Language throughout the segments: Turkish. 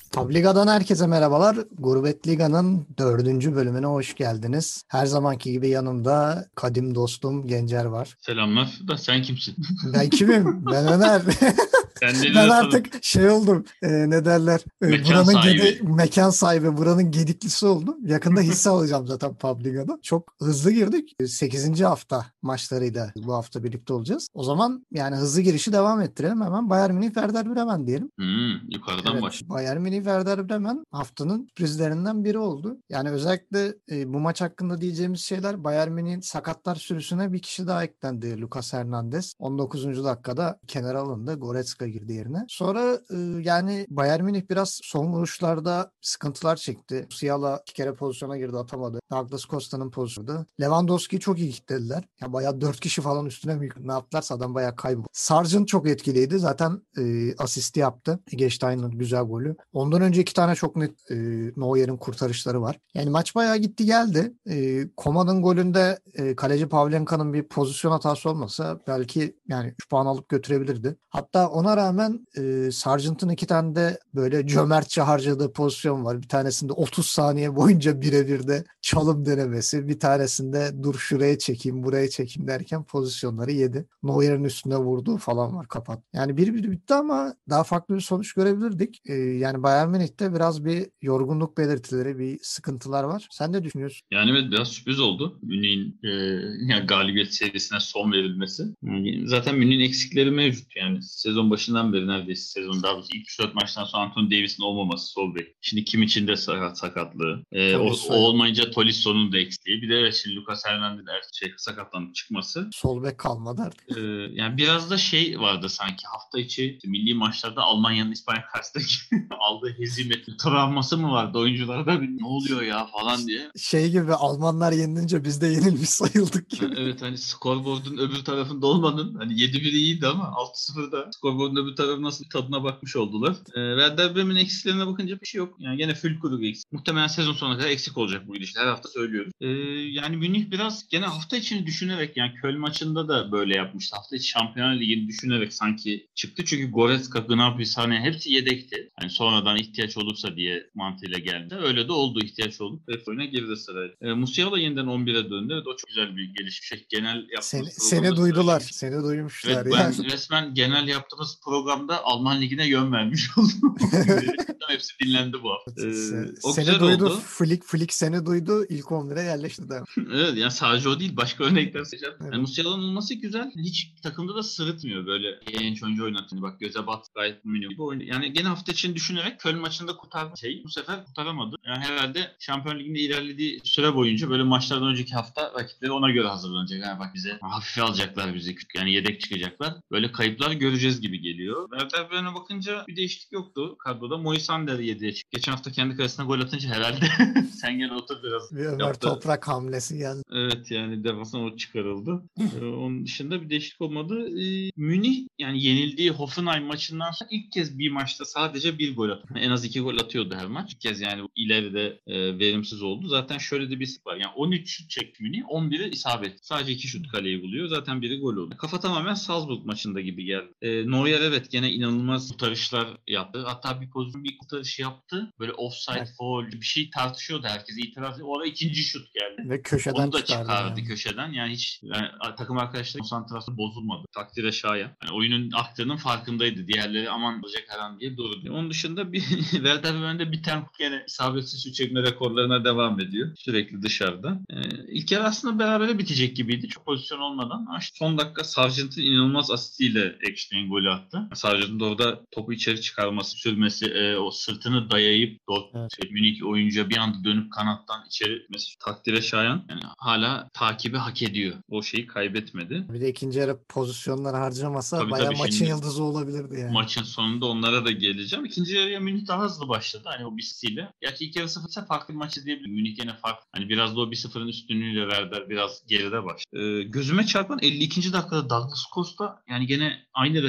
Tabliga'dan herkese merhabalar. Gurbet Liga'nın 4. bölümüne hoş geldiniz. Her zamanki gibi yanımda kadim dostum Gencer var. Selamlar da sen kimsin? Ben kimim? Ben Öner. Kendini Ben de tanıt. artık şey oldum. Ne derler? Mekan Buranın sahibi. mekan sahibi, buranın gediklisi oldum. Yakında hisse alacağım zaten Publica'da. Çok hızlı girdik. 8. hafta maçlarıyla bu hafta birlikte olacağız. O zaman yani hızlı girişi devam ettirelim hemen. Bayern Münih Werder Bremen diyelim. Yukarıdan Evet, başla. Bayern Münih Werder Bremen haftanın sürprizlerinden biri oldu. Yani özellikle bu maç hakkında diyeceğimiz şeyler, Bayern Münih'in sakatlar sürüsüne bir kişi daha eklendi. Lucas Hernandez. 19. dakikada kenara alındı. Goretzka girdi yerine. Sonra yani Bayern Münih biraz son vuruşlarda sıkıntılar çekti. Musiala 2 kere pozisyona girdi, atamadı. Douglas Costa'nın pozisyonu. Lewandowski'yi çok iyi kilitlediler. Ya bayağı 4 kişi falan üstüne mi ne yaptılarsa adam bayağı kayboldu. Sargent çok etkiliydi. Zaten asisti yaptı. Eggestein'ın güzel golü. Ondan önce 2 tane çok net Neuer'in kurtarışları var. Yani maç bayağı gitti geldi. Koma'nın golünde kaleci Pavlenka'nın bir pozisyon hatası olmasa belki yani 3 puan alıp götürebilirdi. Hatta ona rağmen Sargent'ın 2 tane de böyle cömertçe harcadığı pozisyon var. Bir tanesinde 30 saniye boyunca birebir de çalım denemesi. Bir tanesinde dur şuraya çekeyim buraya çekeyim derken pozisyonları yedi. Neuer'in üstüne vurduğu falan var, kapat. Yani 1-1 bitti ama daha farklı bir sonuç görebilirdik. Yani Bayern Münih'te biraz bir yorgunluk belirtileri, bir sıkıntılar var. Sen ne düşünüyorsun? Yani evet biraz sürpriz oldu. Münih'in yani galibiyet serisine son verilmesi. Yani zaten Münih'in eksikleri mevcut. Yani sezon başından beri neredeyse sezon daha doğrusu ilk 3-4 maçtan sonra Anthony Davis'in olmaması sol bek. Şimdi Kim için de sakatlığı. O Tolisso yok. olmayınca Tolisso'nun da eksiği. Bir de evet, şimdi Lucas Hernandez sakatlanıp çıkması. Sol bek kalmadı artık. Ee, Yani biraz da şey vardı sanki hafta içi işte milli maçlarda Almanya'nın İspanya karşısındaki aldığı hezimetin travması mı vardı oyuncularda bir ne oluyor ya falan diye. Şey gibi, Almanlar yenilince biz de yenilmiş sayıldık Ha, gibi. evet hani skorboardun öbür tarafında olmanın hani 7-1 iyiydi ama 6-0'da skorboardun öbür tarafı nasıl bir tadına bakmış oldular. Werder Bremen eksiklerine bakınca bir şey yok. Yani gene Füllkrug eksik. Muhtemelen sezon sonuna kadar eksik olacak bu gidişle. Her hafta söylüyoruz. Yani Münih biraz gene hafta içini düşünerek yani Köln maçında da böyle yapmıştı. Hafta içi Şampiyonlar Ligi'ni düşünerek sanki çıktı. Çünkü Goretzka, Gnabry, Sané hepsi yedekti. Hani sonradan ihtiyaç olursa diye mantığıyla geldi. Öyle de oldu. İhtiyaç oldu. Ve oyuna girdi sırayla. Musiala yeniden 11'e döndü. Evet, o çok güzel bir gelişmiş. Genel Seni, yaptığımız seni programda duydular. söylemiştim. Seni duymuşlar Evet yani. ben resmen genel yaptığımız programda Alman Ligi'ne yön vermiş oldum. Hepsi dinlendi bu hafta. O Seni güzel duydu. oldu. Flick seni duydu. İlk 11'e yerleşti de. Evet yani sadece o değil başka örnekler seçeceğim. Yani Evet. Musiala'nın olması güzel. Hiç takımda da sırıtmıyor böyle genç oyuncu oynatıyor. Bak göze bat gayet minimum gibi oynuyor. Yani gene hafta için düşünerek Köln maçında kurtardı bu sefer kurtaramadı. Yani herhalde Şampiyon Ligi'nde ilerlediği süre boyunca böyle maçlardan önceki hafta rakipleri ona göre hazırlanacak. Yani bak bize hafife alacaklar bizi. Yani yedek çıkacaklar. Böyle kayıplar göreceğiz gibi geliyor. Werder Bremen'e bakınca bir değişiklik yoktu. Kadroda Moisander 7'ye çıktı. Geçen hafta kendi kalesine gol atınca herhalde sen gel otur biraz Bir Ömer yaptı. Toprak hamlesi geldi. Evet yani defanstan o çıkarıldı. Onun dışında bir değişiklik olmadı. Münih yani yenildiği Hoffenheim maçından sonra ilk kez bir maçta sadece bir gol attı. En az 2 gol atıyordu her maç. İlk kez yani ileride verimsiz oldu. Zaten şöyle de bir sık var. Yani 13 şut çekti Münih. 11'i isabet. Sadece 2 şut kaleyi buluyor. Zaten biri gol oldu. Kafa tamamen Salzburg maçında gibi geldi. Neuer evet gene inanılmaz kurtarışlar yaptı. Hatta bir pozisyon bir kurtarış yaptı. Böyle offside, Evet. foul bir şey tartışıyordu. Herkes itiraz ediyor. O ara ikinci şut geldi. Ve köşeden Onu da çıkardı çıkardı yani. köşeden. Yani hiç yani takım arkadaşları konsantrasyonu bozulmadı. Takdire şayan. Yani oyunun aktığının farkındaydı. Diğerleri aman olacak her an diye durdu. Onun dışında bir Werder Bremen'de bir tane gene isabetsiz şut çekme rekorlarına devam ediyor. Sürekli dışarıda. İlk yarı aslında berabere bitecek gibiydi. Çok pozisyon olmadan. Ama işte son dakika Sargent'ın inanılmaz asistiyle Eckstein golü attı. Sargent'ın orada topu içeri çıkarması, sürmesi, o sırtını dayayıp Evet. Münih oyuncuya bir anda dönüp kanattan içeri gitmesi takdire şayan. Yani hala takibi hak ediyor. O şeyi kaybetmedi. Bir de ikinci yarı pozisyonları harcamasa Tabii bayağı tabii maçın şimdi yıldızı olabilirdi yani. maçın sonunda onlara da geleceğim. İkinci yarıya Münih daha hızlı başladı. Hani o bistiyle. Gerçi ilk yarı 0 ise farklı bir maç izleyebilirim. Münih gene farklı. Hani biraz da o 1-0'ın üstünlüğüyle Werder biraz geride başladı. Gözüme çarpan 52. dakikada Douglas Costa yani gene aynı referansı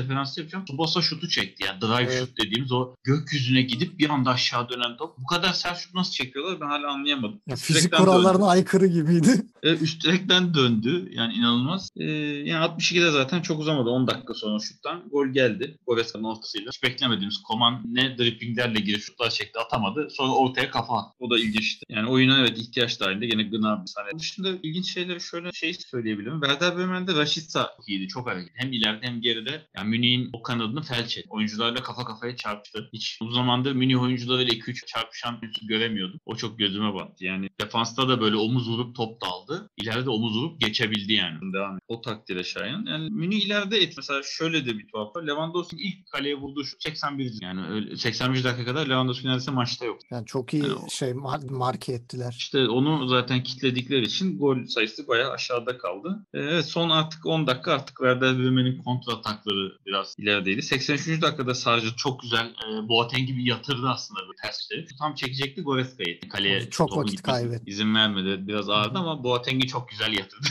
hatırlıyorsam Tsubasa şutu çekti. Yani drive Evet. şut dediğimiz o gökyüzüne gidip bir anda aşağı dönen top. Bu kadar sert şut nasıl çekiyorlar ben hala anlayamadım. Ya Üst fizik direkten döndü. kurallarına aykırı gibiydi. Üst direkten döndü. Yani inanılmaz. Yani 62'de zaten çok uzamadı. 10 dakika sonra şuttan gol geldi. Goretzka'nın ortasıyla. Hiç beklemediğimiz Koman ne driplinglerle girip şutlar çekti atamadı. Sonra ortaya kafa attı. O da ilginçti. Yani oyuna evet ihtiyaç dahilinde gene Gnabry sahne. Bunun dışında ilginç şeyleri şöyle söyleyebilirim. Werder Bremen'de Rashica iyiydi. Çok hareketli. Hem ileride hem geride. Yani Münih'in o kanadını felç etti. Oyuncularla kafa kafaya çarpıştı. Hiç uzun zamandır Münih oyuncularıyla 2-3 çarpışan göremiyordum. O çok gözüme battı. Yani defansta da böyle omuz vurup top da aldı. İleride omuz vurup geçebildi yani. Devam et. O takdire şayan. Yani Münih ileride mesela şöyle de bir tuhaf var. Lewandowski'nin ilk kaleye vurduğu şut 81. Yani öyle 81 dakika kadar Lewandowski neredeyse maçta yok. Yani çok Yani iyi marke ettiler. işte onu zaten kitledikleri için gol sayısı bayağı aşağıda kaldı. Evet son artık 10 dakika artık Werder Bremen'in kontra atakları biraz ilerideydi. 83. dakikada Sargent çok güzel Boateng'i bir yatırdı aslında bir ters işte. Tam çekecekti Goretzka'yı. Kaleye Çok topun vakit gitmesine kaybetti. izin vermedi. Biraz ağırdı Hı-hı. ama Boateng'i çok güzel yatırdı.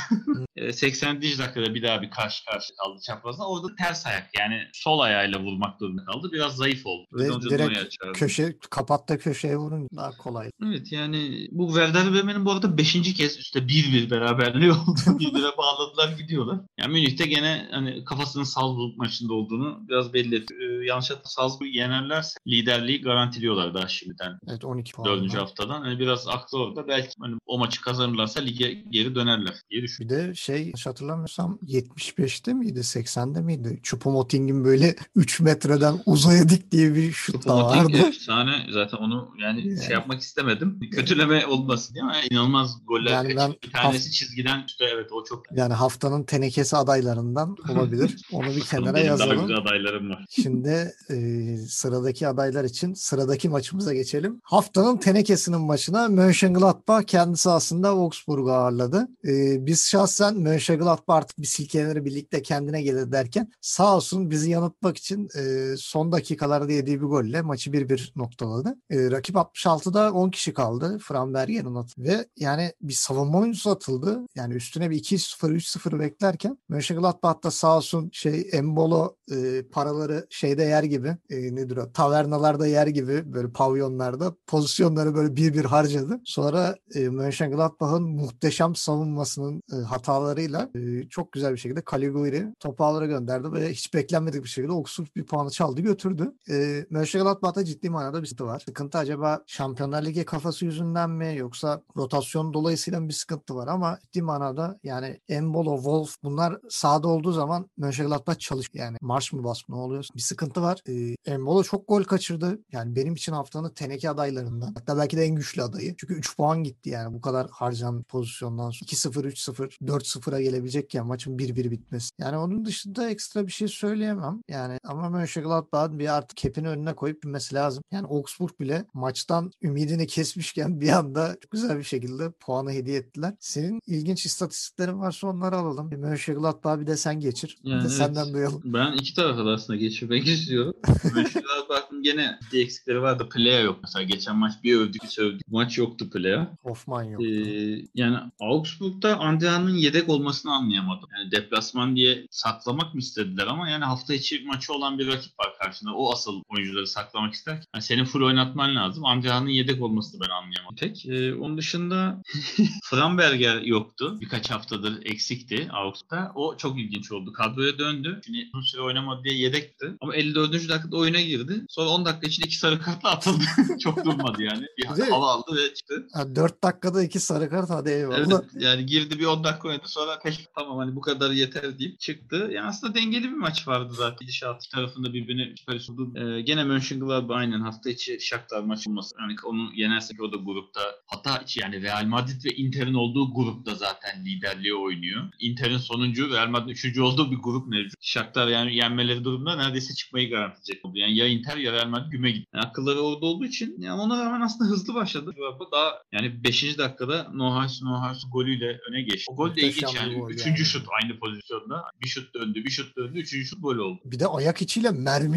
80. dakikada bir daha bir karşı kaldı çaprazda. Orada ters ayak yani sol ayağıyla vurmak durumunda kaldı. Biraz zayıf oldu. Öyle Ve olunca direkt çağırdı. kapattığı köşeye vurun daha kolay. Evet yani bu Werder Bremen'in bu arada 5. kez üstte 1-1 beraberliği oldu. Birbirine bağladılar gidiyorlar. Yani Münih'te gene hani kafasının Salzburg maçında olduğunu biraz belli etti. Yanlış hatırlamıyorsam Salzburg'u yenerlerse liderliği garantiliyorlar daha şimdiden. Evet 12 4. puanla. haftadan. Hani biraz aklı orada. Belki hani o maçı kazanırlarsa lige geri dönerler diye düşünüyorum. Bir de yanlış hatırlamıyorsam 75'te miydi 80'de miydi? Choupo-Moting'in böyle 3 metreden uzaya dik diye bir şut da Choupo-Moting vardı. efsane. Zaten onu yani şey yapmak istemedim. Kötüleme olmasın diye ama inanılmaz goller Yani ben kaçırdı. Bir tanesi çizgiden işte evet o çok. yani haftanın tenekesi adaylarından olabilir. Onu bir Bakalım kenara benim daha güzel yazalım. adaylarım var. Şimdi sıradaki adaylar için sıradaki maçımıza geçelim. Haftanın tenekesinin maçına Mönchengladbach kendi sahasında Augsburg'u ağırladı. Biz şahsen Mönchengladbach artık bir silkelenir birlikte kendine gelir derken sağ olsun bizi yanıltmak için son dakikalarda yediği bir golle maçı 1-1 noktaladı. Rakip 66'da 10 kişi kaldı. Framberger'in atı. Ve yani bir savunma oyuncusu atıldı. Yani üstüne bir 2-0 3-0 beklerken Mönchengladbach da sağ olsun Embolo paraları yer gibi nedir o tavernalarda yer gibi böyle pavyonlarda pozisyonları böyle bir harcadı. Sonra Mönchengladbach'ın muhteşem savunmasının hatalarıyla çok güzel bir şekilde Caligiuri topu ağlara gönderdi ve hiç beklenmedik bir şekilde Augsburg bir puanı çaldı götürdü. Mönchengladbach'ta ciddi manada bir sıkıntı var. Sıkıntı acaba Şampiyonlar Ligi kafası yüzünden mi yoksa rotasyon dolayısıyla bir sıkıntı var ama ciddi manada yani Embolo, Wolf bunlar sahada olduğu zaman Mönchengladbach çalışıyor. Yani marş mı bas ne oluyor? Bir sıkıntı var. Embolo çok gol kaçırdı. Yani benim için haftanın teneke adaylarından. Hatta belki de en güçlü adayı. Çünkü 3 puan gitti yani bu kadar harcanan pozisyondan sonra. 2-0, 3-0, 4-0'a gelebilecekken maçın 1-1 bitmesi. Yani onun dışında ekstra bir şey söyleyemem. Yani ama Mönchengladbach'ın bir artık kepini önüne koyup bilmesi lazım. Yani Augsburg bile maçtan ümidini kesmişken bir anda çok güzel bir şekilde puanı hediye ettiler. Senin ilginç istatistiklerin varsa onları alalım. Mönchengladbach'ı bir de sen geçir. Bir de Yani senden evet. duyalım. Ben iki tarafa da aslında geçirmek istiyorum. Mönchengladbach'ın gene ciddi eksikleri vardı. Playa yok. Mesela geçen maç bir övdük bir sövdük. Maç yoktu Playa. Hoffman yoktu. Yani Augsburg'da Andrea'nın yedek olmasını anlayamadım. Yani deplasman diye saklamak mı istediler ama yani hafta içi maçı olan bir rakip var karşında. O asıl oyuncuları saklamak ister. Yani senin full oynatman lazım. Andrea'nın yedek olmasını ben anlayamadım. Tek. Onun dışında Framberger yoktu. Birkaç haftadır eksikti Augsburg'da. O çok ilginç oldu. Kadroya döndü. Şimdi uzun süre oynamadı diye yedekti. Ama 54. dakikada oyuna girdi. Sonra 10 dakika içinde 2 sarı kartla atıldı. Çok durmadı yani. Bir hava aldı ve çıktı. 4 dakikada 2 sarı kart hadi eyvallah. Evet yani girdi bir 10 dakika oynadı sonra tamam hani bu kadar yeter deyip çıktı. Yani aslında dengeli bir maç vardı zaten. Gidişat tarafında birbirine süper sundu. Gene Mönchengladbach aynen hafta içi Shakhtar maçı olması. Yani onu yenersek o da grupta hatta içi yani Real Madrid ve Inter'in olduğu grupta zaten liderliği oynuyor. Inter'in sonuncu Real Madrid 3. olduğu bir grup mevcut. Shakhtar yani yenmeleri durumunda neredeyse çıkmayı garantileyecek oldu. Yani ya Inter ya Real Madrid güme gitti. Yani akılları orada olduğu için yani ona rağmen aslında hızlı başladı. Daha yani 5. dakikada Neuhaus golüyle öne geçti. O gol de ilginç Muhteşem bir yani. gol 3. yani. şut aynı pozisyonda. Bir şut döndü. 3. şut gol oldu. Bir de ayak içiyle mermi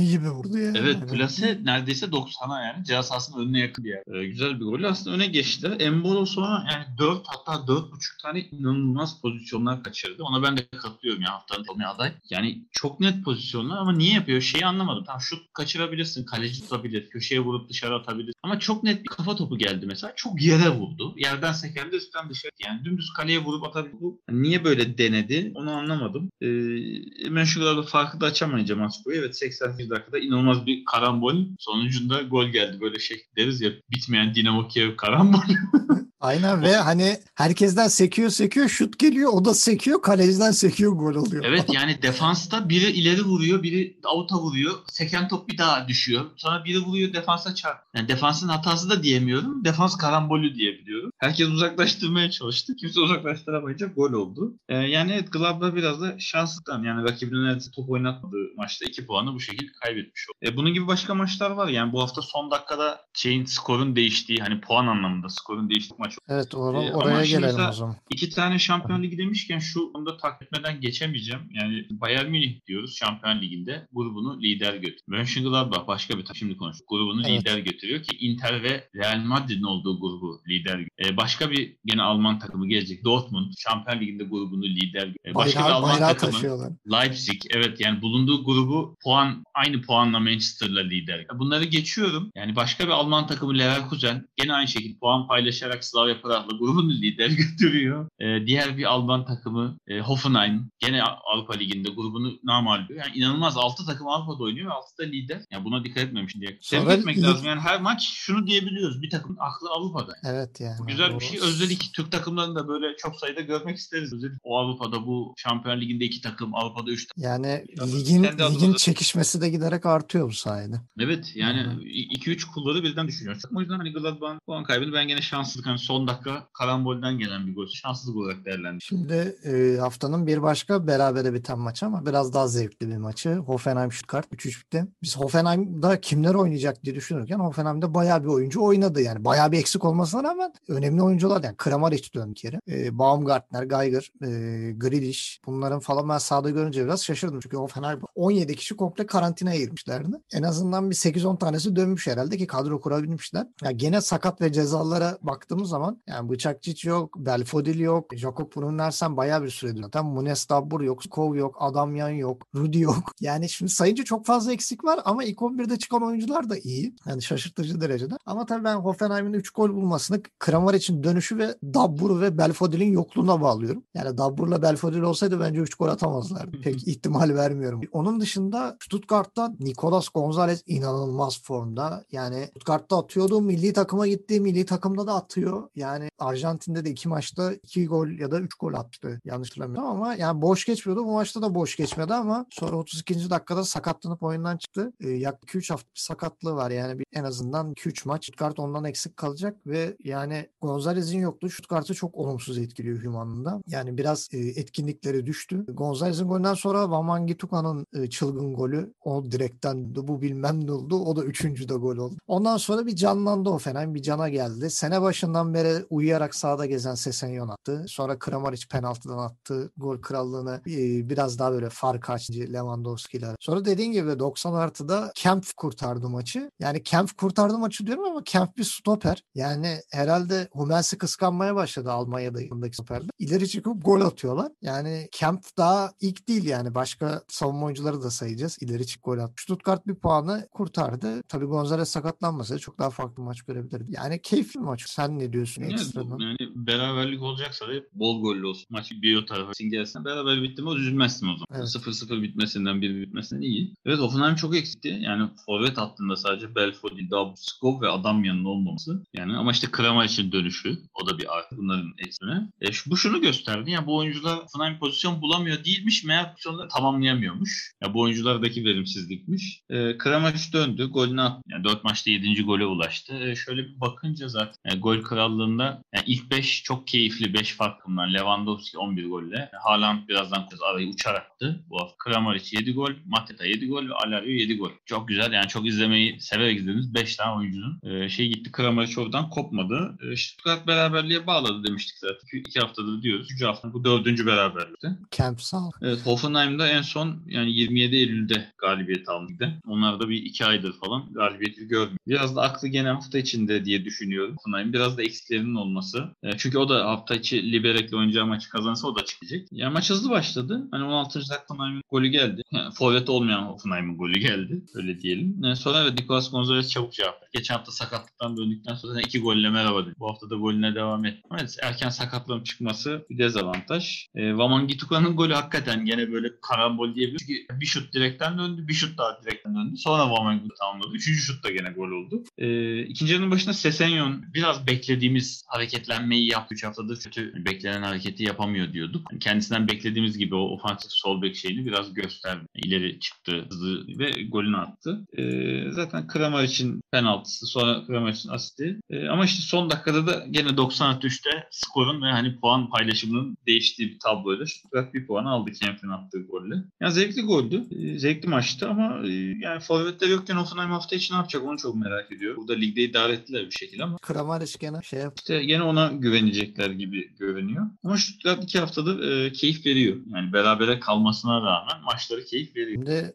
mermi gibi vurdu yani. Evet, Yani. plase neredeyse 90'a yani ceza sahasının önüne yakın bir yer. Güzel bir gol. Aslında öne geçtiler. Embolo sonra yani 4 hatta 4,5 tane inanılmaz pozisyonlar kaçırdı. Ona ben de katılıyorum ya, haftanın en iyi aday. Yani çok net pozisyonlar ama niye yapıyor? Şeyi anlamadım. Tamam, şut kaçırabilirsin, kaleci tutabilir, köşeye vurup dışarı atabilir. Ama çok net bir kafa topu geldi mesela. Çok yere vurdu. Yerden sekerdi, üstten dışarı. Yani dümdüz kaleye vurup atabilir. Yani niye böyle denedi? Onu anlamadım. Mönchengladbach farkı da açamayınca maç boyu. Evet, 88 dakikada inanılmaz bir karambol. Sonucunda gol geldi. Böyle şey deriz ya, bitmeyen Dinamo Kiev karambol. Aynen ve hani herkesten sekiyor şut geliyor, o da sekiyor, kaleciden sekiyor, gol oluyor. Evet, yani defansta biri ileri vuruyor, biri avuta vuruyor. Seken top bir daha düşüyor. Sonra biri vuruyor, defansa çarp. Yani defansın hatası da diyemiyorum. Defans karambolü diyebiliyorum. Herkes uzaklaştırmaya çalıştı. Kimse uzaklaştıramayınca gol oldu. Yani evet, Gladbach biraz da şanslıdan. Yani rakibinin neredeyse top oynatmadığı maçta 2 puanı bu şekilde kaybetmiş oldu. Bunun gibi başka maçlar var. Yani bu hafta son dakikada skorun değiştiği, hani puan anlamında skorun değiştiği maç. Evet, Ama oraya şimdi gelelim o mesela zaman. 2 tane Şampiyon Ligi demişken şu konuda takip etmeden geçemeyeceğim. Yani Bayern Münih diyoruz Şampiyon Ligi'nde, grubunu lider götürüyor. Mönchengladbach başka bir takım, şimdi konuştuk. Grubunu Evet. lider götürüyor ki Inter ve Real Madrid'in olduğu grubu lider götürüyor. Başka bir gene Alman takımı gelecek. Dortmund Şampiyon Ligi'nde grubunu lider götürüyor. Başka bir Alman Bayrağı takımı taşıyorlar. Leipzig, evet, yani bulunduğu grubu aynı puanla Manchester'la lider. Bunları geçiyorum. Yani başka bir Alman takımı Leverkusen gene aynı şekilde puan paylaşarak Slavia Prag'la grubunu lider götürüyor. Diğer bir Alman takımı Hoffenheim gene Avrupa Ligi'nde grubunu namağlup. Yani inanılmaz, 6 takım Avrupa'da oynuyor ve 6 da lider. Yani buna dikkat etmemiş diye. Tebrik Sonra etmek lazım. Yani her maç şunu diyebiliyoruz: bir takım aklı Avrupa'da. evet Bu yani güzel bir şey. Özellikle Türk takımlarını da böyle çok sayıda görmek isteriz. Özellikle o Avrupa'da, bu Şampiyon Ligi'nde 2 takım, Avrupa'da 3 takım. yani Aslında kendi ligin adımıza. çekişmesi de giderek artıyor bu sayede. Evet, Yani. yani 2-3 kulları birden düşünüyoruz. O yüzden hani Gladbach'ın puan kaybını ben gene şanssızlık, hani son dakika karambolden gelen bir gol, şanssızlık olarak değerlendiriyorum. Şimdi haftanın bir başka berabere biten maçı ama biraz daha zevkli bir maçı. Hoffenheim-Stuttgart 3-3 bitti. Biz Hoffenheim'da kimler oynayacak diye düşünürken Hoffenheim'de bayağı bir oyuncu oynadı yani. Bayağı bir eksik olmasına rağmen önemli oyuncular, yani Kramaric döndü kere. Baumgartner, Geiger, Grealish, bunların falan ben sahada görünce biraz şaşırdım. Çünkü Hoffenheim 17 kişi komple karantinaya girmişlerdi. En azından bir 8-10 tanesi dönmüş herhalde ki kadro kurabilmişler. Yani gene sakat ve cezalara baktığımız zaman yani Bıçakçıç yok, Belfodil yok, Jakob Brunnersen bayağı bir süredir. Zaten Munes Dabbur yok, Skov yok, Adamyan yok, Rudy yok. Yani şimdi sayınca çok fazla eksik var ama ilk 11'de çıkan oyuncular da iyi. Yani şaşırtıcı derecede. Ama tabii ben Hoffenheim'in 3 gol bulmasını Kramaric'in dönüşü ve Dabbur ve Belfodil'in yokluğuna bağlıyorum. Yani Dabbur'la Belfodil olsaydı bence 3 gol atamazlardı. Pek ihtimal vermiyorum. Onun dışında Stuttgart'ta Nicolas Gonzalez inanılmaz formda. Yani Stuttgart'ta atıyordu, milli takıma gitti, milli takımda da atıyor. Yani Arjantin'de de 2 maçta 2 gol ya da 3 gol attı. Yanlış hatırlamıyorum ama yani boş geçmiyordu. Bu maçta da boş geçmedi ama sonra 32. dakikada sakatlanıp oyundan çıktı. Yaklaşık 3 hafta bir sakatlığı var. Yani en azından 2-3 maç Stuttgart ondan eksik kalacak ve yani Gonzalez'in yokluğu Stuttgart'ı çok olumsuz etkiliyor hümanında. Yani biraz etkinlikleri düştü. Gonzalez'in golünden sonra Wamangitukan'ın çılgın golü, o direkten de bu bilmem ne oldu. O da 3. de gol oldu. Ondan sonra bir canlandı o Fener. Bir cana geldi. Sene başından beri uyuyarak sahada gezen Sesenyon attı. Sonra Kramaric penaltıdan attı. Gol krallığını biraz daha böyle fark açtı Lewandowski ile. Sonra dediğin gibi 90 artıda Kempf kurtardı maçı. Yani Kempf kurtardı maçı diyorum ama Kempf bir stoper. Yani herhalde Hummels'i kıskanmaya başladı Almanya'daki stoperde. İleri çıkıp gol atıyorlar. Yani Kempf daha ilk değil yani. Başka savunma oyuncuları da sayacağız. İleri çık gol attı. Stuttgart bir puanı kurtardı. Tabii Gonzalez sakatlanmasaydı çok daha farklı maç görebilirdik. Yani keyifli bir maç. Sen ne diyorsun Evet, ekstradan? yani beraberlik olacaksa da bol gollü olsun. Maç bir o tarafa gelsin. Beraber bitti mi üzülmezsin o zaman. Evet. 0-0 bitmesinden, 1 bitmesinden iyi. Evet, Hoffenheim çok eksikti. Yani forvet hattında sadece Belfodil, Dabskov ve Adamyan'ın olmaması. Yani ama işte Kramaric'in dönüşü, o da bir artı bunların eksine. Bu şunu gösterdi. Yani bu oyuncular Hoffenheim pozisyon bulamıyor değilmiş. Meğer pozisyonları tamamlayamıyormuş. Ya bu oyunculardaki verimsizlikmiş. Kramaric döndü. Golünü attı. Yani 4 maçta 7. gole ulaştı. Şöyle bir bakınca zaten gol krallığında yani ilk 5 çok keyifli 5 farkından. Lewandowski 11 golle. Haaland birazdan arayı uçaraktı. Bu hafta Kramaric 7 gol, Mateta 7 gol ve Alario 7 gol. Çok güzel, yani çok izlemeyi severek izlediğimiz 5 tane oyuncunun gitti. Kramaric oradan kopmadı. Stuttgart beraberliğe bağladı demiştik zaten. 2 haftadır diyoruz. 3 hafta bu 4. beraberlikti. Kempf sağ ol. Evet, Hoffenheim'da en son yani 27 Eylül'de galibiyet galibiyet aldı. Onlar da bir 2 aydır falan galibiyeti görmüyor. Biraz da aklı gene hafta içinde diye düşünüyorum. Hoffenheim biraz da eksiklerinin olması. Çünkü o da hafta içi Liberec'le oynayacağı maçı kazansa o da çıkacak. Yani maç hızlı başladı. Hani 16. dakika Hoffenheim'in golü geldi. Yani forvet olmayan Hoffenheim'in golü geldi. Öyle diyelim. Sonra Nicolas Gonzalez çabuk cevap verdi. Geçen hafta sakatlıktan döndükten sonra 2 golle merhaba dedi. Bu hafta da golüne devam etti. Evet, erken sakatlığın çıkması bir dezavantaj. Wamangitukan'ın golü hakikaten gene böyle karambol diyebiliriz. Çünkü bir şut direkten döndü. Bir şut daha direkten döndü. Sonra Wamangituka tamamladı. Üçüncü şut da gene gol oldu. İkinci yarının başında Sessegnon biraz beklediğimiz hareketlenmeyi yaptı. 3 haftadır kötü beklenen hareketi yapamıyor diyorduk. Yani kendisinden beklediğimiz gibi o ofansif sol bek şeyini biraz gösterdi. İleri çıktı hızlı ve golünü attı. Zaten Kramaric'in penaltısı, sonra Kramaric'in asisti. Ama işte son dakikada da gene 93'te skorun ve hani puan paylaşımının değiştiği bir tabloyla Stuttgart bir puan aldı Kempf'in attığı golle. Yani zevkli goldü. Zevkli maçtı ama yani forvetler yokken Hoffenheim hafta için ne yapacak onu çok merak ediyorum. Burada ligde idare ettiler bir şekilde ama Kramaric gene işte gene ona güvenecekler gibi görünüyor. Ama Stuttgart 2 haftadır keyif veriyor. Yani berabere kalmasına rağmen maçları keyif veriyor. Şimdi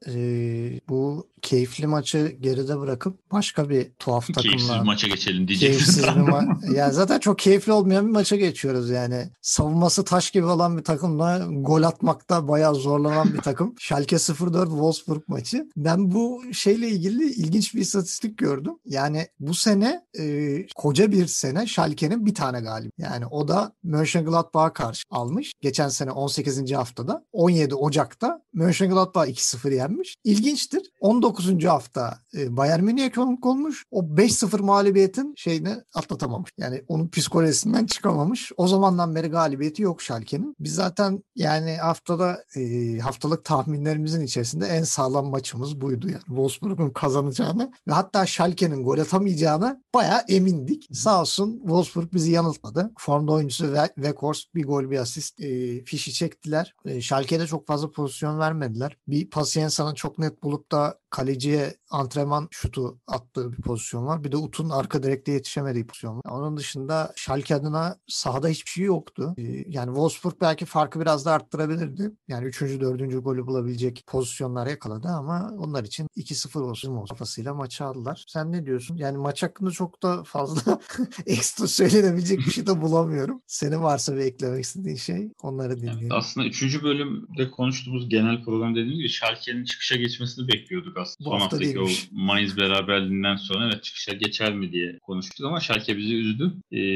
bu keyifli maçı geride bırakıp başka bir tuhaf Keyifsiz takımla maça geçelim diyeceksin. keyifsiz bir yani zaten çok keyifli olmayan bir maça geçiyoruz yani. Savunması taş gibi olan bir takımla gol atmakta bayağı zorlanan bir takım. Schalke 04 Wolfsburg maçı. Ben bu şeyle ilgili ilginç bir istatistik gördüm. Yani bu sene koca bir sene Schalke'nin bir tane galip. Yani o da Mönchengladbach'a karşı almış. Geçen sene 18. haftada 17 Ocak'ta Mönchengladbach 2-0 yenmiş. İlginçtir. 19. hafta Bayern Münih'e konuk olmuş. O 5-0 mağlubiyetin şeyini atlatamamış. Yani onun psikolojisinden çıkamamış. O zamandan beri galibiyeti yok Schalke'nin. Biz zaten yani haftalık tahminlerimizin içerisinde en sağlam maçımız buydu. Yani Wolfsburg'un kazanacağını ve hatta Schalke'nin gol atamayacağına bayağı emindik. Sağ olsun Wolfsburg bizi yanıltmadı. Formda oyuncusu Weghorst bir gol bir asist fişi çektiler. Schalke'de çok fazla pozisyon vermediler. Bir Pacienza'nın çok net bulup da kaleciye antrenman şutu attığı bir pozisyon var. Bir de Ut'un arka direkte yetişemediği pozisyon var. Onun dışında Schalke adına sahada hiçbir şey yoktu. Yani Wolfsburg belki farkı biraz da arttırabilirdi. Yani 3. 4. golü bulabilecek pozisyonlar yakaladı ama onlar için 2-0 olsun kafasıyla maçı aldılar. Sen ne diyorsun? Yani maç hakkında çok da fazla ekstra söylenebilecek bir şey de bulamıyorum. Senin varsa bir eklemek istediğin şey onları dinleyelim. Evet, aslında 3. bölümde konuştuğumuz genel program dediğimiz gibi Schalke'nin çıkışa geçmesini bekliyorduk aslında. Bu Son hafta haftaki değilmiş. o Mainz beraberliğinden sonra evet çıkışa geçer mi diye konuştuk ama Schalke bizi üzdü.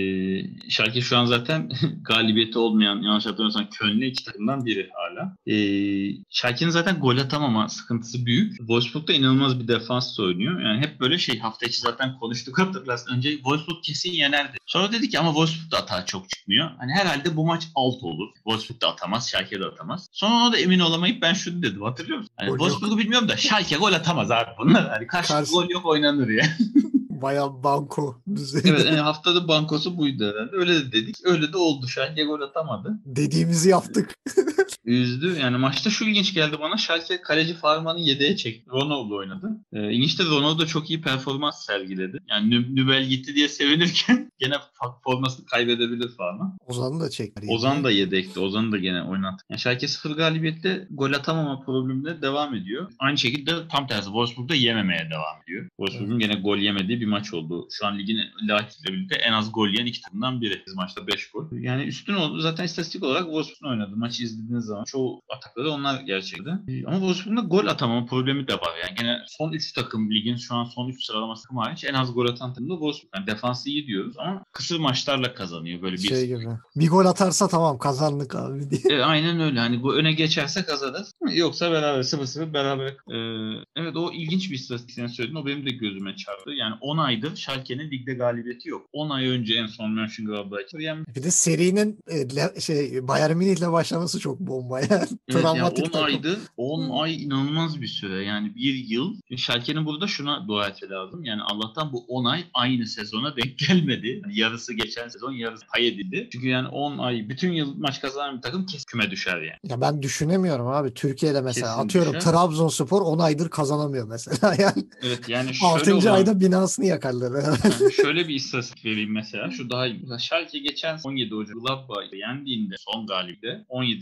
Schalke şu an zaten galibiyeti olmayan, yanlış hatırlamıyorsam Köln'le iki takımdan biri hala. Schalke'nin zaten gol atamama sıkıntısı büyük. Wolfsburg da inanılmaz bir defans oynuyor. Yani hep böyle hafta içi zaten konuştuk hatırlarsın. Önce Wolfsburg kesin yenerdi. Sonra dedi ki ama Wolfsburg'da hata çok çıkmıyor. Hani herhalde bu maç alt olur. Wolfsburg da atamaz, Schalke de atamaz. Sonra ona da emin olamayıp ben şunu dedim hatırlıyor musun? Hani Wolfsburg'u bilmiyorum da Schalke gol atamaz abi bunlar. Hani karşı gol yok oynanır ya. Bayağı banko düzeyde. Evet haftada bankosu buydu herhalde. Öyle de dedik. Öyle de oldu. Schalke gol atamadı. Dediğimizi yaptık. Üzdü. Yani maçta şu ilginç geldi bana. Schalke kaleci Farman'ı yedeğe çekti. Ronaldo oynadı. İlginç de Ronaldo çok iyi performans sergiledi. Yani Nübel gitti diye sevinirken gene formasını kaybedebilir Farman. Ozan'ı da çekti. Ozan da yedekti. Ozan'ı da gene oynattı. Yani Schalke 0 galibiyette gol atamama problemine devam ediyor. Aynı şekilde tam tersi Wolfsburg'da yememeye devam ediyor. Wolfsburg'un gene gol yemediği bir maç oldu. Şu an ligin Leipzig'le birlikte en az gol yiyen iki takımdan biri. Biz maçta 5 gol. Yani üstün oldu. Zaten istatistik olarak Wolfsburg'un oynadı. Maçı izlediğiniz zaman çoğu atakları onlar gerçekten. Ama Wolfsburg'da gol atamama problemi de var. Yani gene son 3 takım ligin şu an son 3 sıralaması takımı hariç en az gol atan takım da Wolfsburg. Yani defansı iyi diyoruz ama kısır maçlarla kazanıyor. Böyle bir gibi. Bir gol atarsa tamam kazandık abi diye. Aynen öyle. Hani bu öne geçerse kazanır. Yoksa beraber 0-0 beraber. Evet o ilginç bir istatistik sen söyledin. O benim de gözüme çarptı. Yani 10 aydır Schalke'nin ligde galibiyeti yok. 10 ay önce en son Mönchengladbach'ı yenmiş. Bir de serinin Bayern Münih'le başlaması çok bomba yani. Evet, Travmatik 10 takım. aydır 10 ay inanılmaz bir süre. Yani bir yıl. Schalke'nin burada şuna dua etmesi lazım. Yani Allah'tan bu 10 ay aynı sezona denk gelmedi. Yani yarısı geçen sezon, yarısı pay edildi. Çünkü yani 10 ay bütün yıl maç kazanan bir takım kesin küme düşer yani. Ya ben düşünemiyorum abi. Türkiye'de mesela Kesin atıyorum düşer. Trabzonspor 10 aydır kazanamıyor mesela. Yani evet yani şöyle 6. ayda binasını yakarlar. Yani şöyle bir istatistik vereyim mesela. Şu daha iyi. Schalke geçen 17 Ocak Gladbach'ı yendiğinde son galibiyette 17'de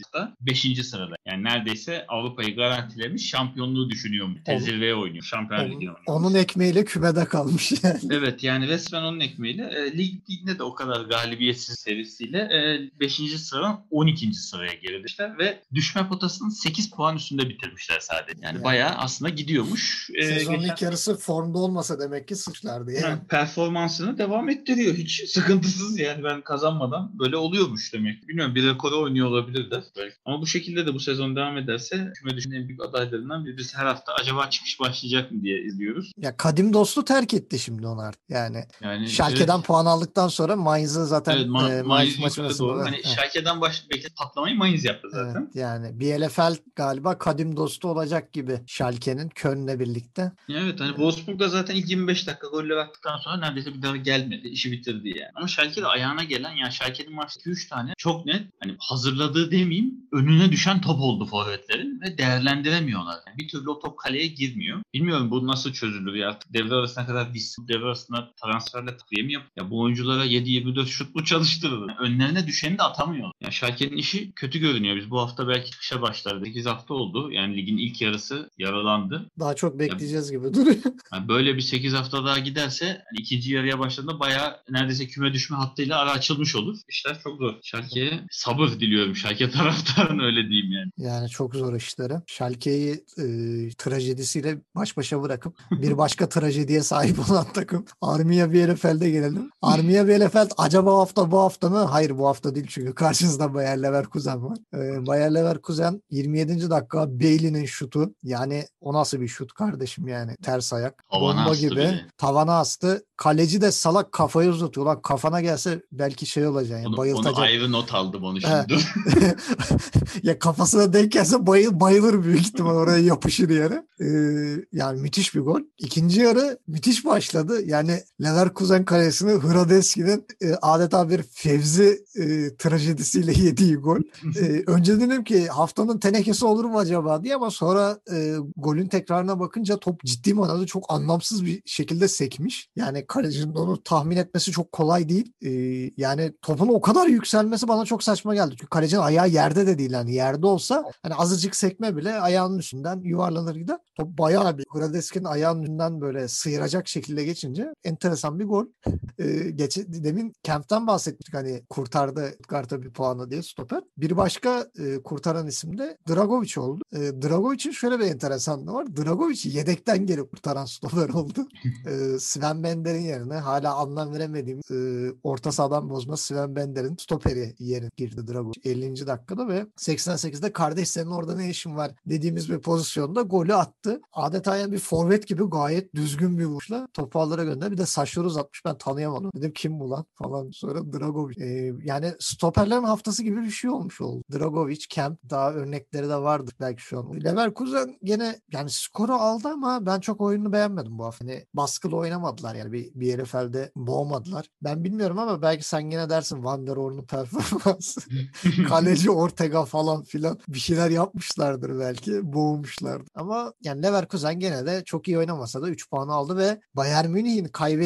5. sırada. Yani neredeyse Avrupa'yı garantilemiş, şampiyonluğu düşünüyormuş. Tezirveye oynuyor. Şampiyonlar Ligi'ne oynuyor. Onun ekmeğiyle kümede kalmış yani. Evet, yani resmen onun ekmeğiyle ligde de o kadar galibiyetsiz serisiyle 5. sıradan 12. sıraya gerilemişler ve düşme potasının 8 puan üstünde bitirmişler sadece. Yani bayağı aslında gidiyormuş. Sezonun ilk yarısı formda olmasa demek ki suçlardı yani. Performansını devam ettiriyor. Hiç sıkıntısız yani, ben kazanmadan böyle oluyormuş demek. Bilmiyorum, bir rekoru oynuyor olabilirler belki. Ama bu şekilde de bu sezon devam ederse küme düşmenin en büyük adaylarından birisi. Her hafta acaba çıkış başlayacak mı diye izliyoruz. Ya kadim dostu terk etti şimdi onu artık. Yani Schalke'den evet. puan aldıktan sonra Mainz'ı zaten Mainz maçı doğru. Hani Schalke'den belki patlamayı Mainz yaptı zaten. Evet, yani Bielefeld galiba kadim dostu olacak gibi Schalke'nin Köln'le birlikte. Evet, hani Wolfsburg da zaten ilk 25 dakika golle baktıktan sonra neredeyse bir daha gelmedi. İşi bitirdi yani. Ama Schalke de ayağına gelen, yani Schalke'nin maçta 2-3 tane çok net, hani hazırladığı demeyeyim, önüne düşen top oldu forvetlerin ve değerlendiremiyorlar. Yani bir türlü o top kaleye girmiyor. Bilmiyorum bu nasıl çözülür ya. Artık devre arasına kadar devre arasında transferle takviye mi yapıyor? Ya bu oyunculara 7-24 şut mu çalıştırılır? Yani önlerine düşeni de atamıyor. Yani Schalke'nin işi kötü görünüyor. Biz bu hafta belki çıkışa başlarız. 8 hafta oldu. Yani ligin ilk yarısı yaralandı. Daha çok bekleyeceğiz gibi duruyor. Yani böyle bir 8 hafta daha giderse hani ikinci yarıya başladığında bayağı neredeyse küme düşme hattıyla ara açılmış olur. İşler çok zor. Schalke'ye sabır diliyorum. Schalke taraftarın, öyle diyeyim yani. Yani çok zor işleri. Schalke'yi trajedisiyle baş başa bırakıp bir başka trajediye sahip olan takım Arminia Bielefeld'e gelelim. Arminia Bielefeld acaba bu hafta mı? Hayır, bu hafta değil çünkü karşınızda Bayer Leverkusen var. Bayer Leverkusen 27. dakika Bailey'nin şutu. Yani o nasıl bir şut kardeşim yani, ters ayak. Tavana Bomba astı gibi. bile. Tavana astı. Kaleci de salak kafayı uzatıyor. Lan kafana gelse belki şey olacak. Yani bayıltacak. Onu ayrı not aldım onu şimdi. Ya kafasına denk gelse bayılır büyük ihtimal, oraya yapışır yere. Yani müthiş bir gol. İkinci yarı müthiş başladı. Yani Leverkusen kalesini Hradeski'nin adeta bir Fevzi trajedisiyle yediği gol. Önce dedim ki haftanın tenekesi olur mu acaba diye, ama sonra golün tekrarına bakınca top ciddi manada çok anlamsız bir şekilde sekmiş. Yani kalecinin onu tahmin etmesi çok kolay değil. Yani topun o kadar yükselmesi bana çok saçma geldi. Çünkü kalecinin ayağı yerde de değil. Yani yerde olsa hani azıcık sekme bile ayağının üstünden yuvarlanır gider. Top bayağı bir Hradeski'nin ayağının üstünden böyle sıyıracak şekilde geçince enteresan bir gol. Demin Kemp'ten bahsettik, hani kurtardı Stuttgart'a bir puanı diye stoper. Bir başka kurtaran isim de Dragovic oldu. Dragovic'in şöyle bir enteresanlığı var. Dragovic'i yedekten geri kurtaran stoper oldu. Sven Bender'in yerine hala anlam veremediğim orta sahadan bozma Sven Bender'in stoperi yerine girdi Dragovic 50. dakikada ve 88'de kardeş senin orada ne işin var dediğimiz bir pozisyonda golü attı. Adeta yani bir forvet gibi gayet düzgün bir vuruşla topu ağlara gönderdi. Bir de saçları uzatmış, ben tanıyamadım. Dedim kim bu lan falan, sonra Dragovic. Yani stoperlerin haftası gibi bir şey olmuş oldu. Dragovic, Kemp, daha örnekleri de vardır belki şu an. Leverkusen gene yani skoru aldı ama ben çok oyununu beğenmedim bu hafta. Yani baskılı oynamadılar, yani bir Bielefeld'e boğmadılar. Ben bilmiyorum ama belki sen gene dersin Van der Oor'un performansı. Kaleci Ortega falan filan bir şeyler yapmışlardır belki. Boğmuşlardır. Ama yani Leverkusen gene de çok iyi oynamasa da 3 puanı aldı ve Bayern Münih'in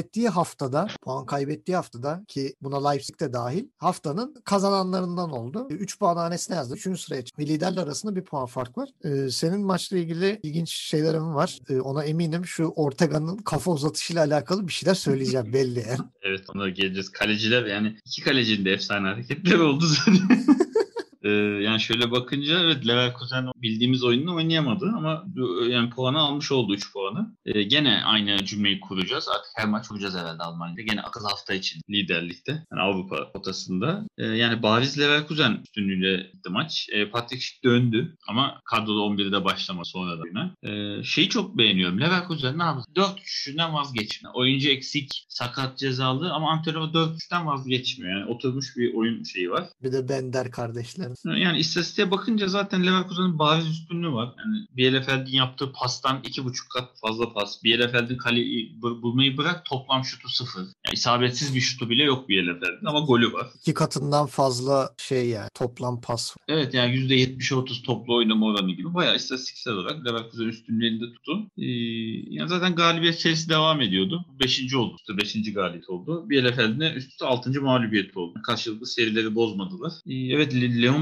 puan kaybettiği haftada ki buna Leipzig de dahil, haftanın kazananlarından oldu. 3 puan hanesine yazdı. 3. sıraya çıktı. Ve liderler arasında bir puan fark var. Senin maçla ilgili ilginç şeylerim var. Ona eminim, şu Ortega'nın kafa uzatışıyla alakalı bir şeyler söyleyeceğim belli yani. Evet, ona geleceğiz. Kaleciler, yani iki kalecinin de efsane hareketleri oldu zaten. Yani şöyle bakınca evet, Leverkusen bildiğimiz oyununu oynayamadı ama yani puanı almış oldu, 3 puanı. Gene aynı cümleyi kuracağız. Artık her maç vuracağız herhalde Almanya'da. Gene akıl hafta için liderlikte. Yani Avrupa potasında. Yani bariz Leverkusen üstünlüğüyle gitti maç. Patrick Schick döndü ama kadroda 11'de başlama sonra da oyuna. Şeyi çok beğeniyorum. Leverkusen ne yaptı? 4-3'ünden vazgeçmiyor. Oyuncu eksik, sakat, cezalı ama antrenör 4-3'ten vazgeçmiyor. Yani oturmuş bir oyun şeyi var. Bir de Bender kardeşler. Yani istatistiğe bakınca zaten Leverkusen'in bariz üstünlüğü var. Yani Bielefeld'in yaptığı pastan 2,5 kat fazla pas. Bielefeld'in kaleyi bulmayı bırak, toplam şutu 0. Yani isabetsiz bir şutu bile yok Bielefeld'in ama golü var. 2 katından fazla yani toplam pas. Evet, yani %70'e 30 toplu oynama oranı gibi bayağı istatistiksel olarak Leverkusen üstünlüğü elinde tuttu. Yani zaten galibiyet serisi devam ediyordu. 5. oldu. 5. galibiyet oldu. Bielefeld'in üst üste 6. mağlubiyeti oldu. Karşılıklı serileri bozmadılar. Evet, Leon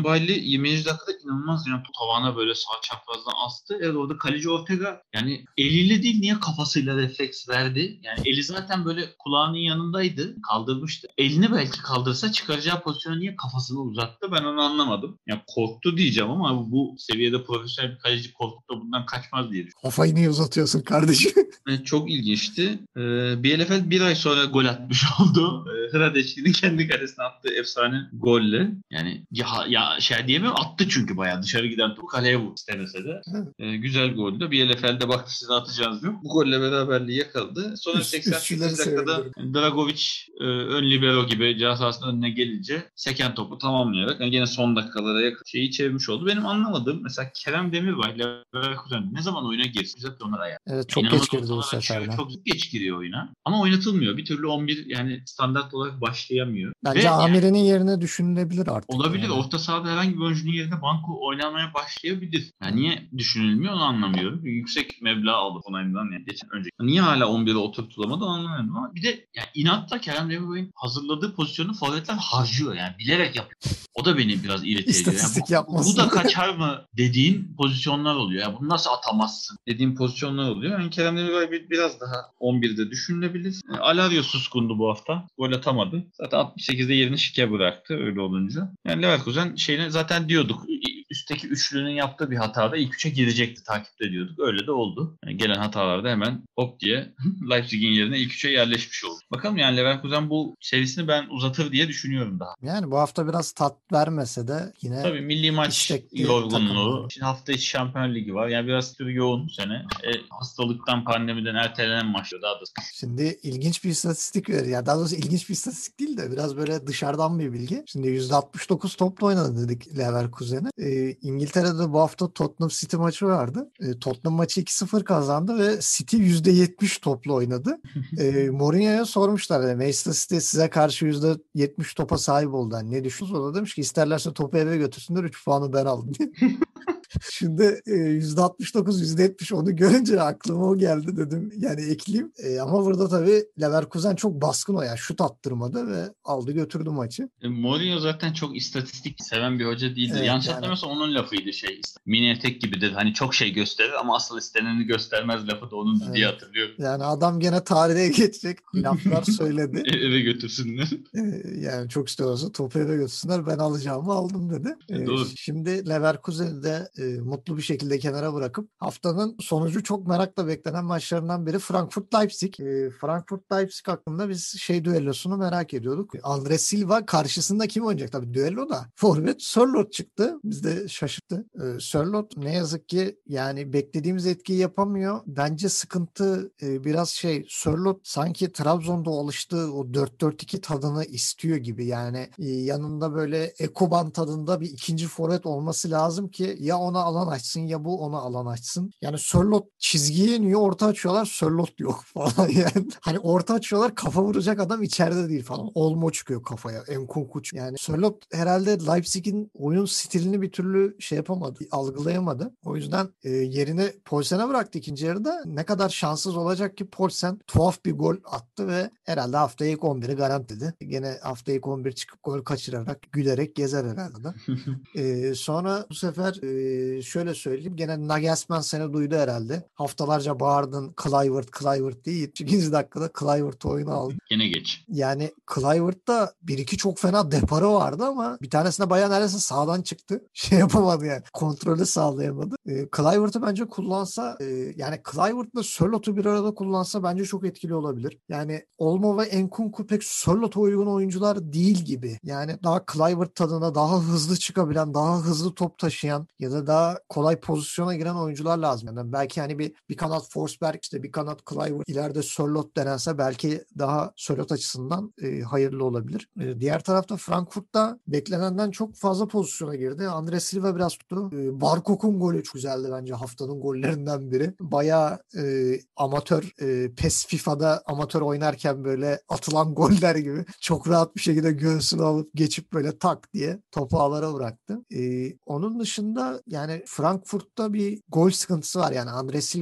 Leon Bailey 20. dakikada inanılmaz yani tavana böyle sağ çaprazdan astı. Evet orada kaleci Ortega yani eliyle değil niye kafasıyla refleks verdi? Yani eli zaten böyle kulağının yanındaydı. Kaldırmıştı. Elini belki kaldırsa çıkaracağı pozisyona niye kafasını uzattı? Ben onu anlamadım. Yani korktu diyeceğim ama bu seviyede profesyonel bir kaleci korkup da bundan kaçmaz diye düşünüyorum. Kafayı niye uzatıyorsun kardeşim? Evet, çok ilginçti. Bielefeld bir ay sonra gol atmış oldu. Hradeçki'nin kendi kalesine attığı efsane golle. Yani ya şey diyemiyorum attı çünkü bayağı dışarı giden topu kaleye vurdu istemese de. Güzel goldü. Bielefeld'e baktı size atacağınız yok. Bu golle beraberliği yakaladı. Sonra 88. dakikada Dragovic ön libero gibi ceza sahasının önüne gelince seken topu tamamlayarak yani gene son dakikalara yakın şeyi çevirmiş oldu. Benim anlamadığım mesela Kerem Demirbay Leverkusen ne zaman oyuna girsin? Güzel onlara ya. Evet, çok geç girdi bu sefer de. Çok geç giriyor oyuna. Ama oynatılmıyor. Bir türlü 11 yani standart olarak başlayamıyor. Bence Amir'in yerine düşünülebilir artık. Olabilir. Yani. Orta sahada herhangi bir oyuncunun yerine Banko oynamaya başlayabilir. Yani niye düşünülmüyor onu anlamıyorum. Yüksek meblağ aldı Onay'dan yani geçen önceki. Niye hala 11'e oturtulamadı anlamıyorum ama bir de yani inatla Kerem Demirbay'ın hazırladığı pozisyonu forvetler harcıyor yani bilerek yapıyor. O da beni biraz irite ediyor. Yani bu da kaçar mı dediğin pozisyonlar oluyor. Yani bunu nasıl atamazsın dediğin pozisyonlar oluyor. Yani Kerem Demirbay biraz daha 11'de düşünülebilir. Alario suskundu bu hafta. Gol atamadı. Zaten 68'de yerini şike bıraktı öyle olunca. Yani Leverkusen şeyini zaten diyorduk. Üstteki üçlünün yaptığı bir hatada ilk üçe girecekti. Takip ediyorduk. Öyle de oldu. Yani gelen hatalarda hemen hop diye Leipzig'in yerine ilk üçe yerleşmiş oldu. Bakalım yani Leverkusen bu serisini ben uzatır diye düşünüyorum daha. Yani bu hafta biraz tat vermese de yine tabii milli maç yorgunluğu. takımlar. Şimdi hafta içi Şampiyon Ligi var. Yani biraz yoğun bu sene. Hastalıktan, pandemiden ertelenen maçlar daha da. Şimdi ilginç bir istatistik veriyor. Yani daha doğrusu ilginç bir istatistik değil de biraz böyle dışarıdan bir bilgi. Şimdi %69 topla oynadı dedik Leverkusen'e. İngiltere'de bu hafta Tottenham City maçı vardı. Tottenham maçı 2-0 kazandı ve City %70 topla oynadı. Mourinho'ya sormuşlar. Yani Manchester City size karşı %70 topa sahip oldu. Yani ne düşünüyorsunuz? O da demiş ki isterlerse topu eve götürsünler 3 puanı ben aldım diye. Şimdi %69, %70 onu görünce aklıma o geldi dedim. Yani ekleyeyim. Ama burada tabii Leverkusen çok baskın o ya. Şut attırmadı ve aldı götürdü maçı. Mourinho zaten çok istatistik seven bir hoca değildi. Evet, yanlış hatırlamıyorsam onun lafıydı şey. Mini etek gibidir. Hani çok şey gösterir ama asıl isteneni göstermez lafı da onun diye hatırlıyorum. Yani adam gene tarihe geçecek laflar söyledi. Eve götürsünler. Yani çok istiyorsa topu eve götürsünler. Ben alacağımı aldım dedi. Doğru. Şimdi Leverkusen'i de mutlu bir şekilde kenara bırakıp haftanın sonucu çok merakla beklenen maçlarından biri Frankfurt-Leipzig. Frankfurt-Leipzig hakkında biz düellosunu merak ediyorduk. Andre Silva karşısında kim oynayacak? Tabii düello da. Forvet Sörloth çıktı. Biz de şaşırttı. Sörloth ne yazık ki yani beklediğimiz etkiyi yapamıyor. Bence sıkıntı biraz Sörloth sanki Trabzon'da alıştığı o 4-4-2 tadını istiyor gibi. Yani yanında böyle Ekoban tadında bir ikinci forvet olması lazım ki ya ona alan açsın ya bu ona alan açsın. Yani Sörloth çizgiye iniyor, orta açıyorlar, Sörloth yok falan yani. Hani orta açıyorlar, kafa vuracak adam içeride değil falan. Olmo çıkıyor kafaya. Nkunku çıkıyor. Yani Sörloth herhalde Leipzig'in oyun stilini bir türlü yapamadı, algılayamadı. O yüzden yerine Poulsen'e bıraktı ikinci yarıda. Ne kadar şanssız olacak ki Poulsen tuhaf bir gol attı ve herhalde haftaya ilk 11'i garantiledi. Gene haftaya ilk 11 çıkıp gol kaçırarak, gülerek gezer herhalde. Sonra bu sefer şöyle söyleyeyim. Gene Nagelsmann seni duydu herhalde. Haftalarca bağırdın Kluivert değil. 2. dakikada Kluivert oyunu aldı. Gene geç. Yani Kluivert'ta 1-2 çok fena deparı vardı ama bir tanesine bayağı neredeyse sağdan çıktı. Yapamadı yani. Kontrolü sağlayamadı. Kluivert'ı bence kullansa yani Kluivert'la Sörloth'u bir arada kullansa bence çok etkili olabilir. Yani Olmo ve Nkunku pek Sörloth'a uygun oyuncular değil gibi. Yani daha Kluivert tadına daha hızlı çıkabilen, daha hızlı top taşıyan ya da daha kolay pozisyona giren oyuncular lazım. Yani belki hani bir kanat Forsberg, bir kanat Kluivert, ileride Sörloth denense belki daha Sörloth açısından hayırlı olabilir. Diğer tarafta Frankfurt'ta beklenenden çok fazla pozisyona girdi. Andre Silva biraz tuttu. Barkok'un golü çok güzeldi bence haftanın gollerinden biri. Bayağı amatör PES FIFA'da amatör oynarken böyle atılan goller gibi çok rahat bir şekilde göğsünü alıp geçip böyle tak diye topu ağlara bıraktı. Onun dışında yani Frankfurt'ta bir gol sıkıntısı var. Yani Andre Silva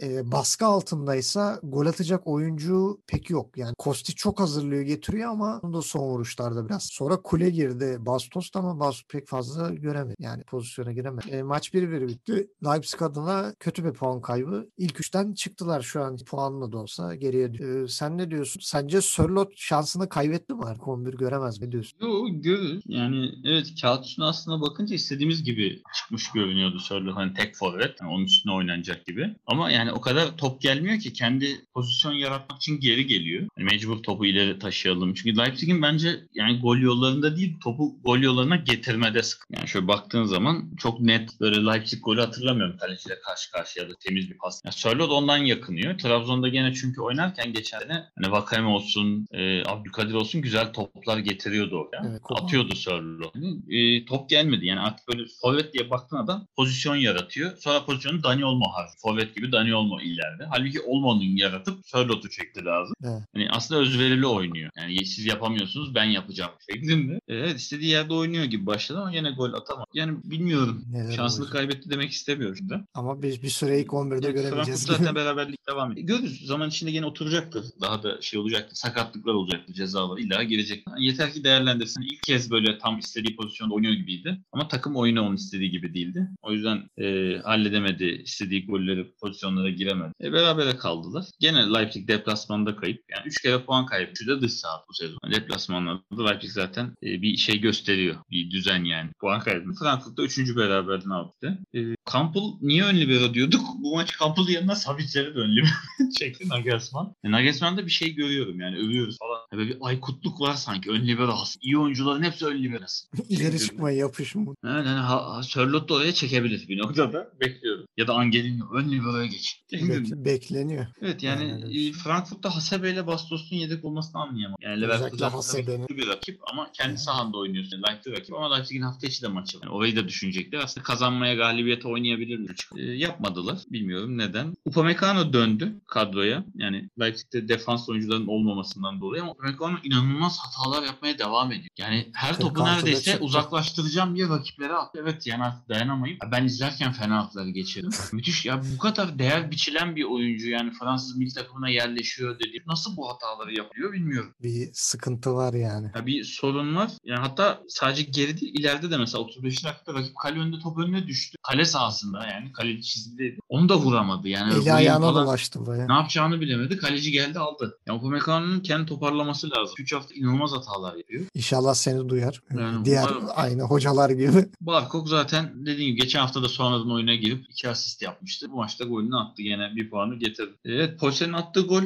baskı altındaysa gol atacak oyuncu pek yok. Yani Kostić çok hazırlıyor getiriyor ama onu da son vuruşlarda biraz. Sonra kule girdi Bastos ama Bastos pek fazla göremedi. Yani pozisyona giremedi. Maç 1-1 bitti. Leipzig adına kötü bir puan kaybı. İlk üçten çıktılar şu an puanla da olsa geriye. Sen ne diyorsun? Sence Sörloth şansını kaybetti mi? 11 göremez mi diyorsun? Yo, görür. Yani evet, kağıt üstüne aslında bakınca istediğimiz gibi çıkmış görünüyordu Sörloth. Hani tek forvet. Yani onun üstüne oynanacak gibi. Ama yani o kadar top gelmiyor ki, kendi pozisyon yaratmak için geri geliyor. Yani mecbur topu ileri taşıyalım. Çünkü Leipzig'in bence yani gol yollarında değil, topu gol yollarına getirmede sık. Yani şöyle baktığın zaman çok net böyle Leipzig golü hatırlamıyorum. Kaleciyle karşı karşıya da temiz bir pas. Yani Sörloth ondan yakınıyor. Trabzon'da gene çünkü oynarken geçen sene hani Vakayeme olsun, Abdülkadir olsun güzel toplar getiriyordu oraya. Evet, atıyordu Sörloth. Top gelmedi. Yani artık böyle forvet diye baktığın adam pozisyon yaratıyor. Sonra pozisyonu Dani Olmo harcıyor. Forvet gibi Dani Olmo ileride. Halbuki Olmo'nun yaratıp Sörloth'u çekti lazım. Evet. Hani aslında özverili oynuyor. Yani siz yapamıyorsunuz, ben yapacağım şeklinde. Evet, istediği yerde oynuyor gibi başladı ama yine gol atamadı. Yani bilmiyorum. Neler Şansını olacak? kaybetti demek istemiyorum şimdi. Ama biz bir süre ilk 11'de Evet, göremeyeceğiz Frankfurt gibi. zaten beraberlik devam ediyor. Görürüz. Zaman içinde yine oturacaktır. Daha da şey olacaktır. Sakatlıklar olacaktır. Cezalar illa gelecek. Yani yeter ki değerlendirsin. İlk kez böyle tam istediği pozisyonda oynuyor gibiydi. Ama takım oyunu onun istediği gibi değildi. O yüzden halledemedi. İstediği golleri, pozisyonlara giremedi. Berabere kaldılar. Gene Leipzig deplasmanda kayıp. Yani 3 kere puan kaybı. Şu da dış saha bu sezon. Yani deplasmanlarda Leipzig zaten bir şey gösteriyor. Bir düzen yani. Puan kaybı. Frankfurt'ta 3. beraberliğini aldı. Campbell niye ön libero diyorduk? Bu maç Campbell yanına Savic'lere de ön libero çekti Nagelsmann. Nagelsmann'da bir şey görüyorum yani, övüyoruz falan. Böyle bir aykutluk var sanki, ön libero has. İyi oyuncuların hepsi ön liberosu. İleri çıkmayı yapışım bu. Evet, yani Sörloth da oraya çekebilir bir noktada. Bekliyorum. Ya da Angelino ön liberoya geç. Bekleniyor. Evet yani şey. Frankfurt'ta Hasebe ile Bastos'un yedek olmasını anlayamam. Yani Özellikle Leverkusen tabii Hasebe'nin. kötü bir rakip ama kendi sahanda oynuyorsun. Leipzig rakip ama Leipzig'in hafta içi de maçı var. Yani orayı da düşünecekler. Aslında kazanmaya, galibiyete oynayabilir mi? Yapmadılar. Bilmiyorum neden. Upamecano döndü kadroya. Yani Leipzig'te defans oyuncuların olmamasından dolayı ama Upamecano inanılmaz hatalar yapmaya devam ediyor. Yani her topu 46'da neredeyse çıktı. uzaklaştıracağım diye rakiplere attı. Evet yani artık dayanamayıp ben izlerken fena hatları geçirdim. Müthiş ya, bu kadar değer biçilen bir oyuncu yani Fransız milli takımına yerleşiyor dedi. Nasıl bu hataları yapıyor bilmiyorum. Bir sıkıntı var yani. Ya bir sorun var. Yani hatta sadece geri değil, ileride de mesela 35 dakikada rakip kale önünde top önüne düştü. Kale sahasında yani kaleci çizgideydi. Onu da vuramadı. Yani Eli ayağına dolaştı baya. ne yapacağını bilemedi. Kaleci geldi aldı. Yani Upamecano'nun kendi toparlaması lazım. 3 hafta inanılmaz hatalar yapıyor. İnşallah seni duyar. Yani Diğer umarım. aynı hocalar gibi. Barkok zaten dediğim gibi geçen hafta da sonradan oyuna girip 2 asist yapmıştı. Bu maçta golünü attı, gene bir puanı getirdi. Evet, Poulsen'in attığı gol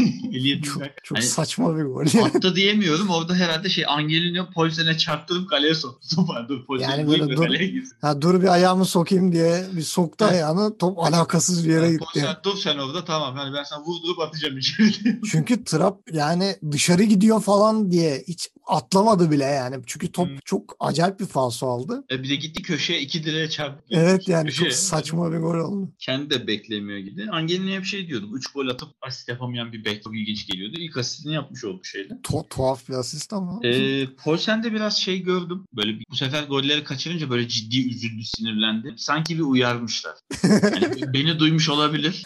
çok hani saçma bir gol. attı diyemiyorum. Orada herhalde Angelino Poulsen'e çarptırıp kaleye soktu. Dur Yani böyle kaleye dur bir ayağımı sokayım diye bir soktu ayağını, top alakasız bir yere gitti. Poulsen dur sen orada, tamam. Hani ben sana vurdurup atacağım içeri. Çünkü Trapp yani dışarı gidiyor falan diye hiç atlamadı bile yani. Çünkü top çok acayip bir falso aldı. Bir de gitti köşeye 2 direğe çarptı. Evet yani çok saçma bir gol oldu. Kendi de beklemiyor gibi. Angelino'ya bir şey diyordum. 3 gol atıp asist yapamayan bir bek çok ilginç geliyordu. İlk asistini yapmış oldu şeyde. Tuhaf bir asist ama. Poulsen'de biraz gördüm. Böyle bu sefer golleri kaçırınca böyle ciddi üzüldü, sinirlendi. Sanki bir uyarmışlar. Yani beni duymuş olabilir.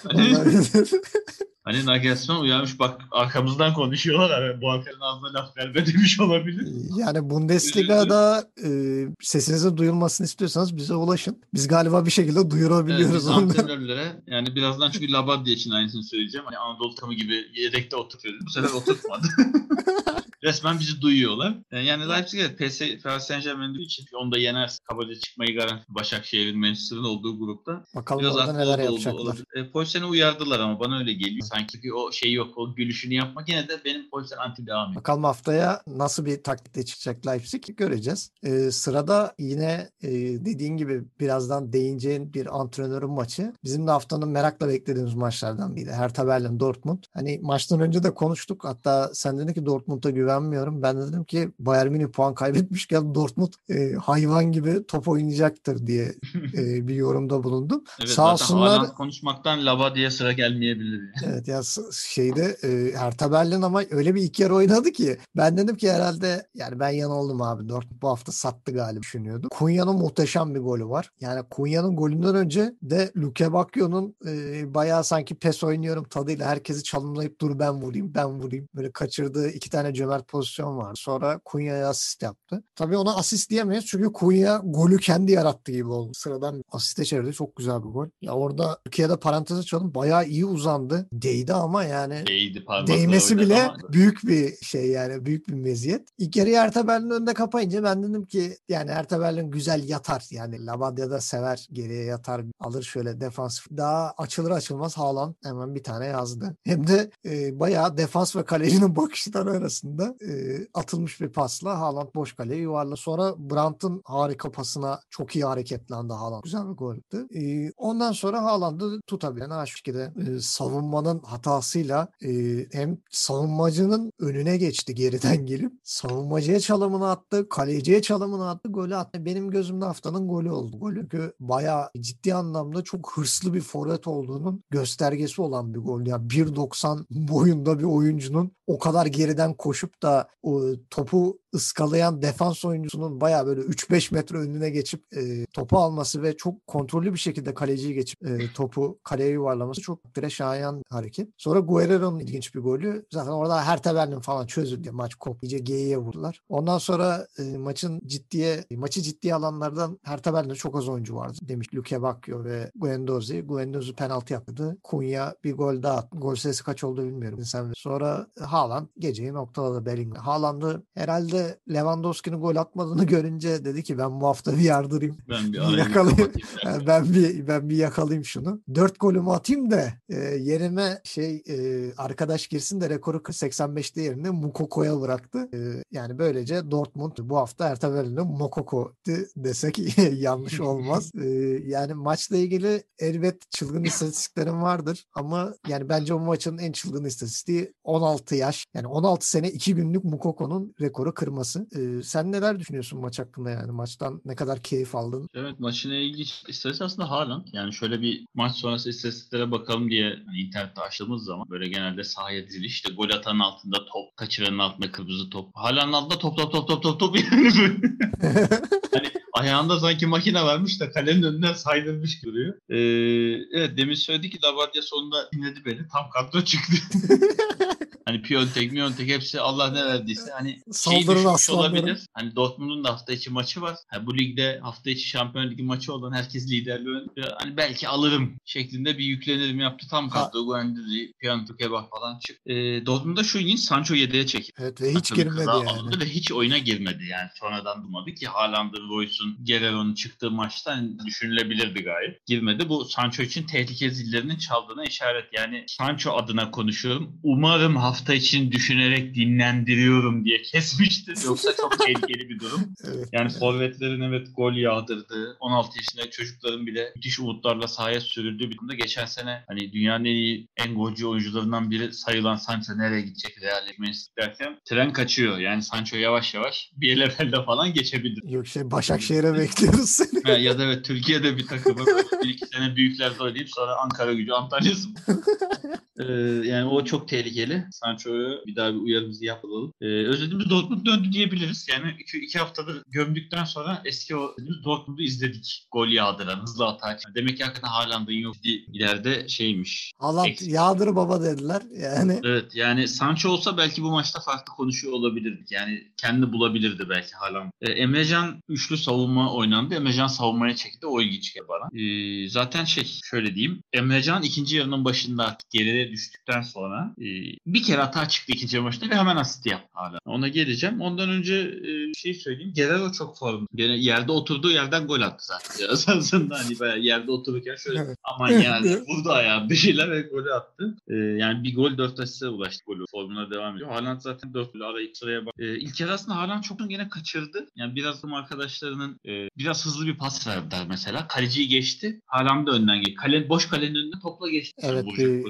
Hani Nagelsmann uyarmış, bak arkamızdan konuşuyorlar. Bu arkanın ağzına laf verme demiş olabilir. Yani Bundesliga'da sesinizin duyulmasını istiyorsanız bize ulaşın. Biz galiba bir şekilde duyurabiliyoruz. Biz antrenörlere yani birazdan, çünkü Labadie için aynısını söyleyeceğim. Hani Anadolu takımı gibi yedekte oturtuyoruz. Bu sefer oturtmadı. Resmen bizi duyuyorlar. Yani Leipzig evet Paris Saint-Germain'de için onu da yenerse kabaca çıkmayı garanti. Başakşehir'in, Manchester'ın olduğu grupta. Bakalım biraz orada neler yapacaklar. Poulsen'i uyardılar ama bana öyle geliyor. Sanki o yok. O gülüşünü yapmak. Yine de benim Poulsen anti devam ediyor. Bakalım haftaya nasıl bir taktikle çıkacak Leipzig göreceğiz. Sırada yine dediğin gibi birazdan değineceğin bir antrenörün maçı. Bizim de haftanın merakla beklediğimiz maçlardan biri. Hertha Berlin Dortmund. Hani maçtan önce de konuştuk. Hatta sen dedin ki Dortmund'a güven güvenmiyorum. Ben de dedim ki Bayern Münih puan kaybetmişken Dortmund hayvan gibi top oynayacaktır diye bir yorumda bulundum. Evet, Sağ zaten olsunlar. Haaland konuşmaktan Laba diye sıra gelmeyebilir. Evet ya şeyde Hertha Berlin ama öyle bir ilk yarı oynadı ki ben dedim ki herhalde yani ben yanıldım abi. Dortmund bu hafta sattı galiba düşünüyordum. Kunya'nın muhteşem bir golü var. Yani Kunya'nın golünden önce de Luke Bacchio'nun bayağı sanki pes oynuyorum tadıyla herkesi çalımlayıp dur ben vurayım. Böyle kaçırdığı 2 tane cömert pozisyon var. Sonra Kunya'ya asist yaptı. Tabii ona asist diyemeyiz çünkü Kunya golü kendi yarattı gibi oldu. Sıradan asiste çevirdi. Çok güzel bir gol. Ya orada Türkiye'de parantez açalım. Bayağı iyi uzandı. Değdi ama yani Değdi, parmakla değmesi oynadı bile ama büyük bir şey yani büyük bir meziyet. İlk yarı Hertha Berlin önünde kapayınca ben dedim ki yani Hertha Berlin güzel yatar. Yani Labadia da sever geriye yatar alır şöyle defans. Daha açılır açılmaz Haaland hemen bir tane yazdı. Hem de bayağı defans ve kalecinin bakışları arasında atılmış bir pasla Haaland boş kaleye yuvarladı. Sonra Brandt'ın harika pasına çok iyi hareketlendi Haaland. Güzel bir goldü. Ondan sonra Haaland'ı tutabilen Aşki'de savunmanın hatasıyla hem savunmacının önüne geçti geriden gelip savunmacıya çalımını attı, kaleciye çalımını attı, golü attı. Benim gözümde haftanın golü oldu. Golü çünkü bayağı ciddi anlamda çok hırslı bir forvet olduğunun göstergesi olan bir gol. Yani 1.90 boyunda bir oyuncunun o kadar geriden koşup da o topu ıskalayan defans oyuncusunun bayağı böyle 3-5 metre önüne geçip topu alması ve çok kontrollü bir şekilde kaleciyi geçip topu kaleye yuvarlaması çok takdire şayan hareket. Sonra Guerrero'nun ilginç bir golü. Zaten orada Hertha Berlin falan çözüldü. Maç kop. İyice G'ye vurdular. Ondan sonra maçı ciddiye alanlardan Hertha Berlin'de çok az oyuncu vardı. Demiş Luke Bacchio ve Guendouzi. Guendouzi penaltı yaptı. Kunya bir gol daha attı. Gol sayısı kaç oldu bilmiyorum. Sonra Haaland geceyi noktaladı Bellingham. Haaland'ı herhalde Lewandowski'nin gol atmadığını görünce dedi ki ben bu hafta bir yardırayım. ben bir Bir arayı yakalayayım. kapatayım. Ben bir yakalayayım şunu. 4 golümü atayım da yerime arkadaş girsin de rekoru 85'te yerine Mukoko'ya bıraktı. Yani böylece Dortmund bu hafta Hertha Berlin'de Mokoko desek yanlış olmaz. Yani maçla ilgili elbet çılgın istatistiklerim vardır ama yani bence o maçın en çılgın istatistiği 16 yaş. Yani 16 sene 2 günlük Mukoko'nun rekoru kırması. Sen neler düşünüyorsun maç hakkında yani? Maçtan ne kadar keyif aldın? Evet, maçın ilginç istatistik aslında Haaland. Yani şöyle bir maç sonrası istatistiklere bakalım diye hani internette açtığımız zaman böyle genelde sahaya dizili işte gol atanın altında top, kaçıranın altında kırmızı top. Haaland'ın altında top yani böyle. Hani ayağında sanki makine varmış da kalenin önünden saydırmış duruyor. Evet, demin söyledi ki Labadia sonunda dinledi beni. Tam kadro çıktı. Hani Piontek hepsi Allah ne verdiyse hani Saldırın düşünmüş aslanları. olabilir. Hani Dortmund'un da hafta içi maçı var. Yani bu ligde hafta içi Şampiyon Ligi maçı olan herkes liderliği önde. Hani belki alırım şeklinde bir yüklenirim yaptı. Tam kadro Guendouzi, Piontek falan çıktı. Dortmund'da şu ilginç Sancho yedeğe çekildi. Evet ve hiç Tabii girmedi kaza yani. alındı ve hiç oyuna girmedi yani. Sonradan bulmadı ki Haaland'ın, Royce'un, Guerrero'nun çıktığı maçta hani düşünülebilirdi gayet. Girmedi. Bu Sancho için tehlike zillerinin çaldığına işaret. Yani Sancho adına konuşuyorum. Umarım hafta için düşünerek dinlendiriyorum diye kesmiştir. Yoksa çok tehlikeli bir durum. Evet. Yani forvetlerin evet gol yağdırdığı, 16 yaşındaki çocukların bile müthiş umutlarla sahaya sürüldüğü bir durumda. Geçen sene hani dünyanın en iyi, en golcü oyuncularından biri sayılan Sancho nereye gidecek Real'e derken tren kaçıyor. Yani Sancho yavaş yavaş bir levelde falan geçebilir. Yok Başakşehir'e bekliyoruz seni. Ya da evet Türkiye'de bir takımı bir iki sene büyüklerde oynayıp sonra Ankara Gücü, Antalya Spor. Yani o çok tehlikeli. Sancho'yu bir daha bir uyarımızı yapalım. Özlediğimiz Dortmund döndü diyebiliriz. Yani iki haftadır gömdükten sonra eski o Dortmund'u izledik. Gol yağdıran, hızlı atak. Demek ki hakikaten Haaland'ın yok ileride şeymiş. Haaland yağdır baba dediler. Yani Evet yani Sancho olsa belki bu maçta farklı konuşuyor olabilirdik. Yani kendi bulabilirdi belki Haaland. Emrecan üçlü savunma oynandı. Emrecan savunmaya çekti. O ilginç geldi bana. Zaten şöyle diyeyim. Emrecan ikinci yarının başında artık geride düştükten sonra bir kere hata çıktı ikinci maçta ve hemen asist yaptı hala. Ona geleceğim. Ondan önce söyleyeyim. Guerrero çok formda. Gene yerde oturduğu yerden gol attı zaten. Aslında hani bayağı yerde otururken şöyle aman yani vurdu ayağı bir şeyler ve golü attı. Yani bir gol 4 asiste ulaştı golü. Formuna devam ediyor. Haaland zaten 4 golü arayıp sıraya bak. İlk yarı aslında Haaland çok gene kaçırdı. Yani biraz da arkadaşlarının biraz hızlı bir pas verdiler mesela. Kaleciyi geçti. Haaland da önden geçti. Boş kalenin önünde topla geçti. evet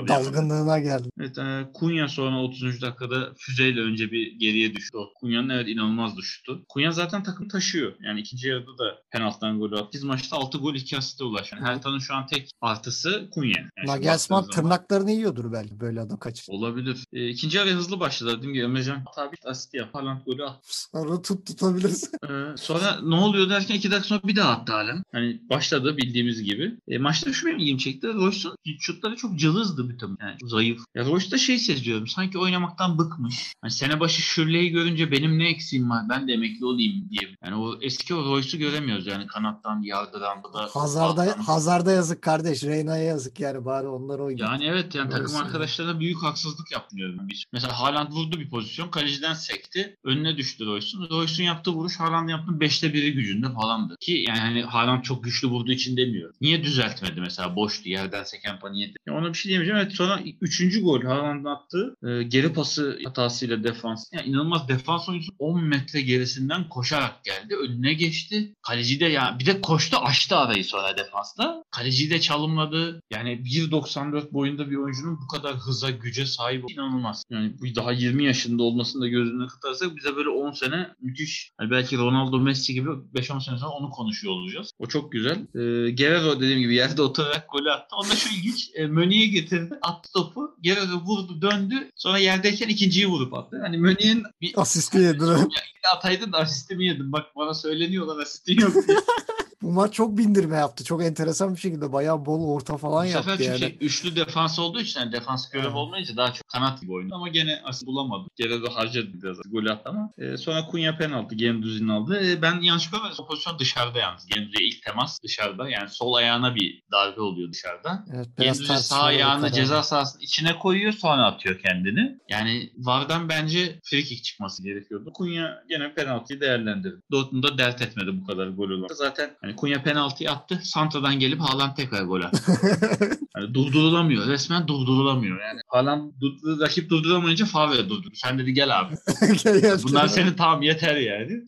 tabii. Dalgınlığına geldi. Evet, Kunya sonra 30. dakikada füzeyle önce bir geriye düştü. Kunya'nın evet inanılmaz düştü. Kunya zaten takım taşıyor. Yani ikinci yarıda da penaltıdan golü attı. Biz maçta 6 gol 2 asiste ulaşıyor. Yani Hertha'nın şu an tek artısı Kunya. Yani Nagelsmann tırnaklarını yiyordur belki böyle adam kaçır. Olabilir. İkinci yarı hızlı başladı. Dediğim gibi Emrecan hata bir asist yap. Haaland golü attı. Sonra tutabilirsin. Sonra ne oluyor derken 2 dakika sonra bir daha attı Haaland. Hani başladı bildiğimiz gibi. Maçta şu benim ilgimi çekti. Royce'un şutları çok cılızdı bir takım. Yani zayıf. Ya Royce'da seziyorum. Sanki oynamaktan bıkmış. Hani sene başı Şürle'yi görünce benim ne eksiğim var? Ben de emekli olayım diye. Yani o eski o Royce'u göremiyoruz. Yani kanattan yardıran da. Hazard'a yazık kardeş. Reyna'ya yazık yani. Bari onlar oynuyor. Yani evet yani takım Royce arkadaşlarına büyük haksızlık yapmıyorum. Mesela Haaland vurdu bir pozisyon. Kaleciden sekti. Önüne düştü Royce'un. Royce'un yaptığı vuruş Haaland'ın yaptığı 5'te 1'i gücünde falandı. Ki yani hani Haaland çok güçlü vurduğu için demiyorum. Niye düzeltmedi mesela? Boştu. Yerden seken paniyeti. Yani ona bir şey diyemeyeceğim. Evet sonra 3. gol Haaland'ın attığı geri pası hatasıyla defans. Yani inanılmaz defans oyuncusu 10 metre gerisinden koşarak geldi. Önüne geçti. Kaleci de yani bir de koştu açtı arayı sonra defansta. Kaleci de çalımladı. Yani 1.94 boyunda bir oyuncunun bu kadar hıza, güce sahip inanılmaz. Yani bu daha 20 yaşında olmasını da göz önüne katarsak bize böyle 10 sene müthiş. Yani belki Ronaldo, Messi gibi 5-10 sene sonra onu konuşuyor olacağız. O çok güzel. Guerrero dediğim gibi yerde oturarak golü attı. Onda şu ilginç. Meunier getirdi. Attı topu. Guerrero vurdu, döndü. Sonra yerdeyken ikinciyi vurup attı. Hani Meunier'in bir asisti yedi. Ataydın da asistimi yedim. Bak bana söyleniyorlar asistin yok diye. Bu maç çok bindirme yaptı. Çok enteresan bir şekilde bayağı bol orta falan yaptı yani. Bu sefer çünkü üçlü defans olduğu için yani defans görev olmayınca daha çok kanat gibi oynadı. Ama gene asist bulamadı. Guerrero harcadı biraz. Golü attı ama. Sonra Kunya penaltı. Genduzi'nin aldı. Ben yanlışlıkla o pozisyon dışarıda yalnız. Genduzi'ye ilk temas dışarıda. Yani sol ayağına bir darbe oluyor dışarıda. Evet, Genduzi sağ ayağını ceza sahasının içine koyuyor sonra atıyor kendini. Yani VAR'dan bence free kick çıkması gerekiyordu. Kunya gene penaltıyı değerlendirdi. Dortmund'a dert etmedi bu kadar gol olarak. Zaten hani Kunya penaltıyı attı. Santra'dan gelip Haaland tekrar gol attı. Yani durdurulamıyor. Resmen durdurulamıyor. Yani Haaland rakip durduramayınca Favre durdurdu. Sen dedi gel abi. Bunlar senin tamam yeter yani.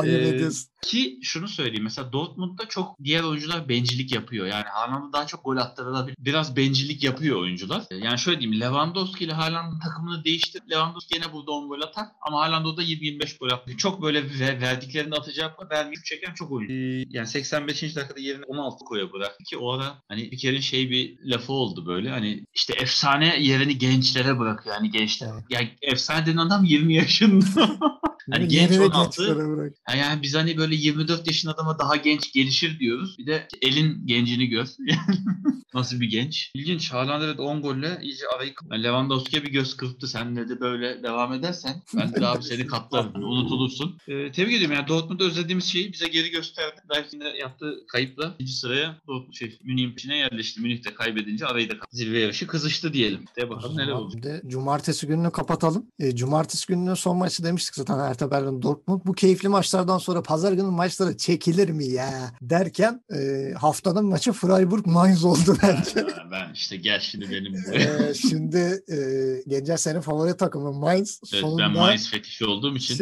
Ki şunu söyleyeyim. Mesela Dortmund'da çok diğer oyuncular bencillik yapıyor. Yani Haaland'a daha çok gol attırılabilir. Biraz bencillik yapıyor oyuncular. Yani şöyle diyeyim. Lewandowski ile Haaland'ın takımını değiştir. Lewandowski gene burada 10 gol atar. Ama Haaland o da 20-25 gol attı. Çok böyle verdiklerini atacak mı? Vermeyip çeken çok oyuncu. Yani 85. dakikada yerine 16 koya bıraktı ki o ara hani bir kere bir lafı oldu böyle. Hani işte efsane yerini gençlere bırakıyor. Yani gençler. Yani efsane denen adam 20 yaşında. Hani genç 16. Yani biz hani böyle 24 yaşın adama daha genç gelişir diyoruz. Bir de elin gencini gör. Nasıl bir genç. İlginç. Haaland evet 10 golle iyice arayı yani Lewandowski'ye bir göz kırptı. Sen de böyle devam edersen ben de abi seni katlarım. Unutulursun. Tebrik ediyorum. Yani Dortmund'da özlediğimiz şeyi bize geri gösterdi. Leipzig'de yaptığı kayıpla ikinci sıraya Münih'in peşine yerleşti. Münih'te kaybedince arayı da zirve yarışı kızıştı diyelim. De bakalım neler oldu. Bir de cumartesi gününü kapatalım. Cumartesi gününün son maçı demiştik zaten Hertha Berlin Dortmund. Bu keyifli maçlardan sonra pazar günü maçları çekilir mi ya derken haftanın maçı Freiburg Mainz oldu bence. Ben işte gel şimdi benim şimdi Gencer senin favori takımın Mainz. Evet, ben Mainz fetişi olduğum için.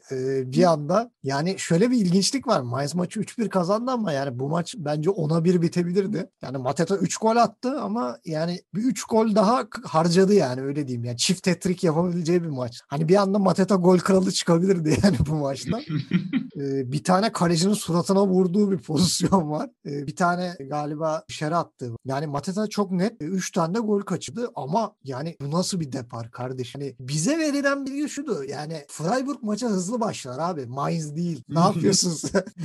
Bir anda yani şöyle bir ilginçlik var. Mainz maçı 3-1 kazandı ama yani bu maç bence 10'a 1 bitebilirdi. Yani Mateta 3 gol attı ama yani bir 3 gol daha harcadı yani öyle diyeyim. Yani çift hat-trick yapabileceği bir maç. Hani bir anda Mateta gol kralı çıkabilirdi yani bu maçta. Bir tane kalecinin suratına vurduğu bir pozisyon var. Bir tane galiba dışarı attı. Yani Mateta çok net 3 tane de gol kaçırdı ama yani bu nasıl bir depar kardeş? Hani bize verilen bilgi şudu. Yani Freiburg maça hızlı başlar abi. Mainz değil. Ne yapıyorsunuz?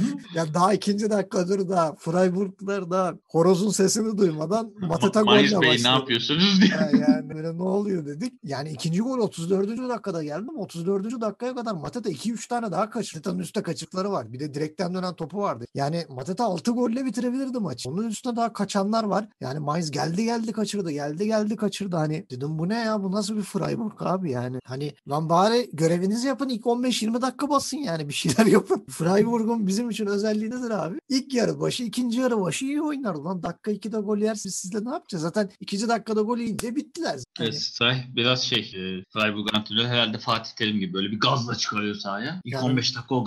Ya daha ikinci dakikadır da Freiburglar da horozun sesini duymadan Mateta golle başladı. Mainz Bey ne yapıyorsunuz diye. Yani böyle ne oluyor dedik. Yani ikinci gol 34. dakikada geldi ama 34. dakikaya kadar Mateta 2-3 tane daha kaçırdı. Mateta'nın üstte kaçıkları var. Bir de direkten dönen topu vardı. Yani Mateta 6 golle bitirebilirdi maçı. Onun üstüne daha kaçanlar var. Yani Mainz geldi kaçırdı. Geldi kaçırdı. Hani dedim bu ne ya? Bu nasıl bir Freiburg abi yani? Hani lan bari görevinizi yapın. İlk 15-20 dakika basın yani. Bir şeyler yapın. Freiburg'un bizim için özelliği nedir abi? İlk yarı başı, ikinci yarı başı iyi oynar. Lan dakika 2'de gol yersiniz. Siz de ne yapacağız? Zaten ikinci dakikada gol yiyince bittiler. Evet, biraz Freiburg antrenörü herhalde Fatih Terim gibi böyle bir gazla çıkarıyor sahaya. İlk yani, 15 dakika o gazla oynayın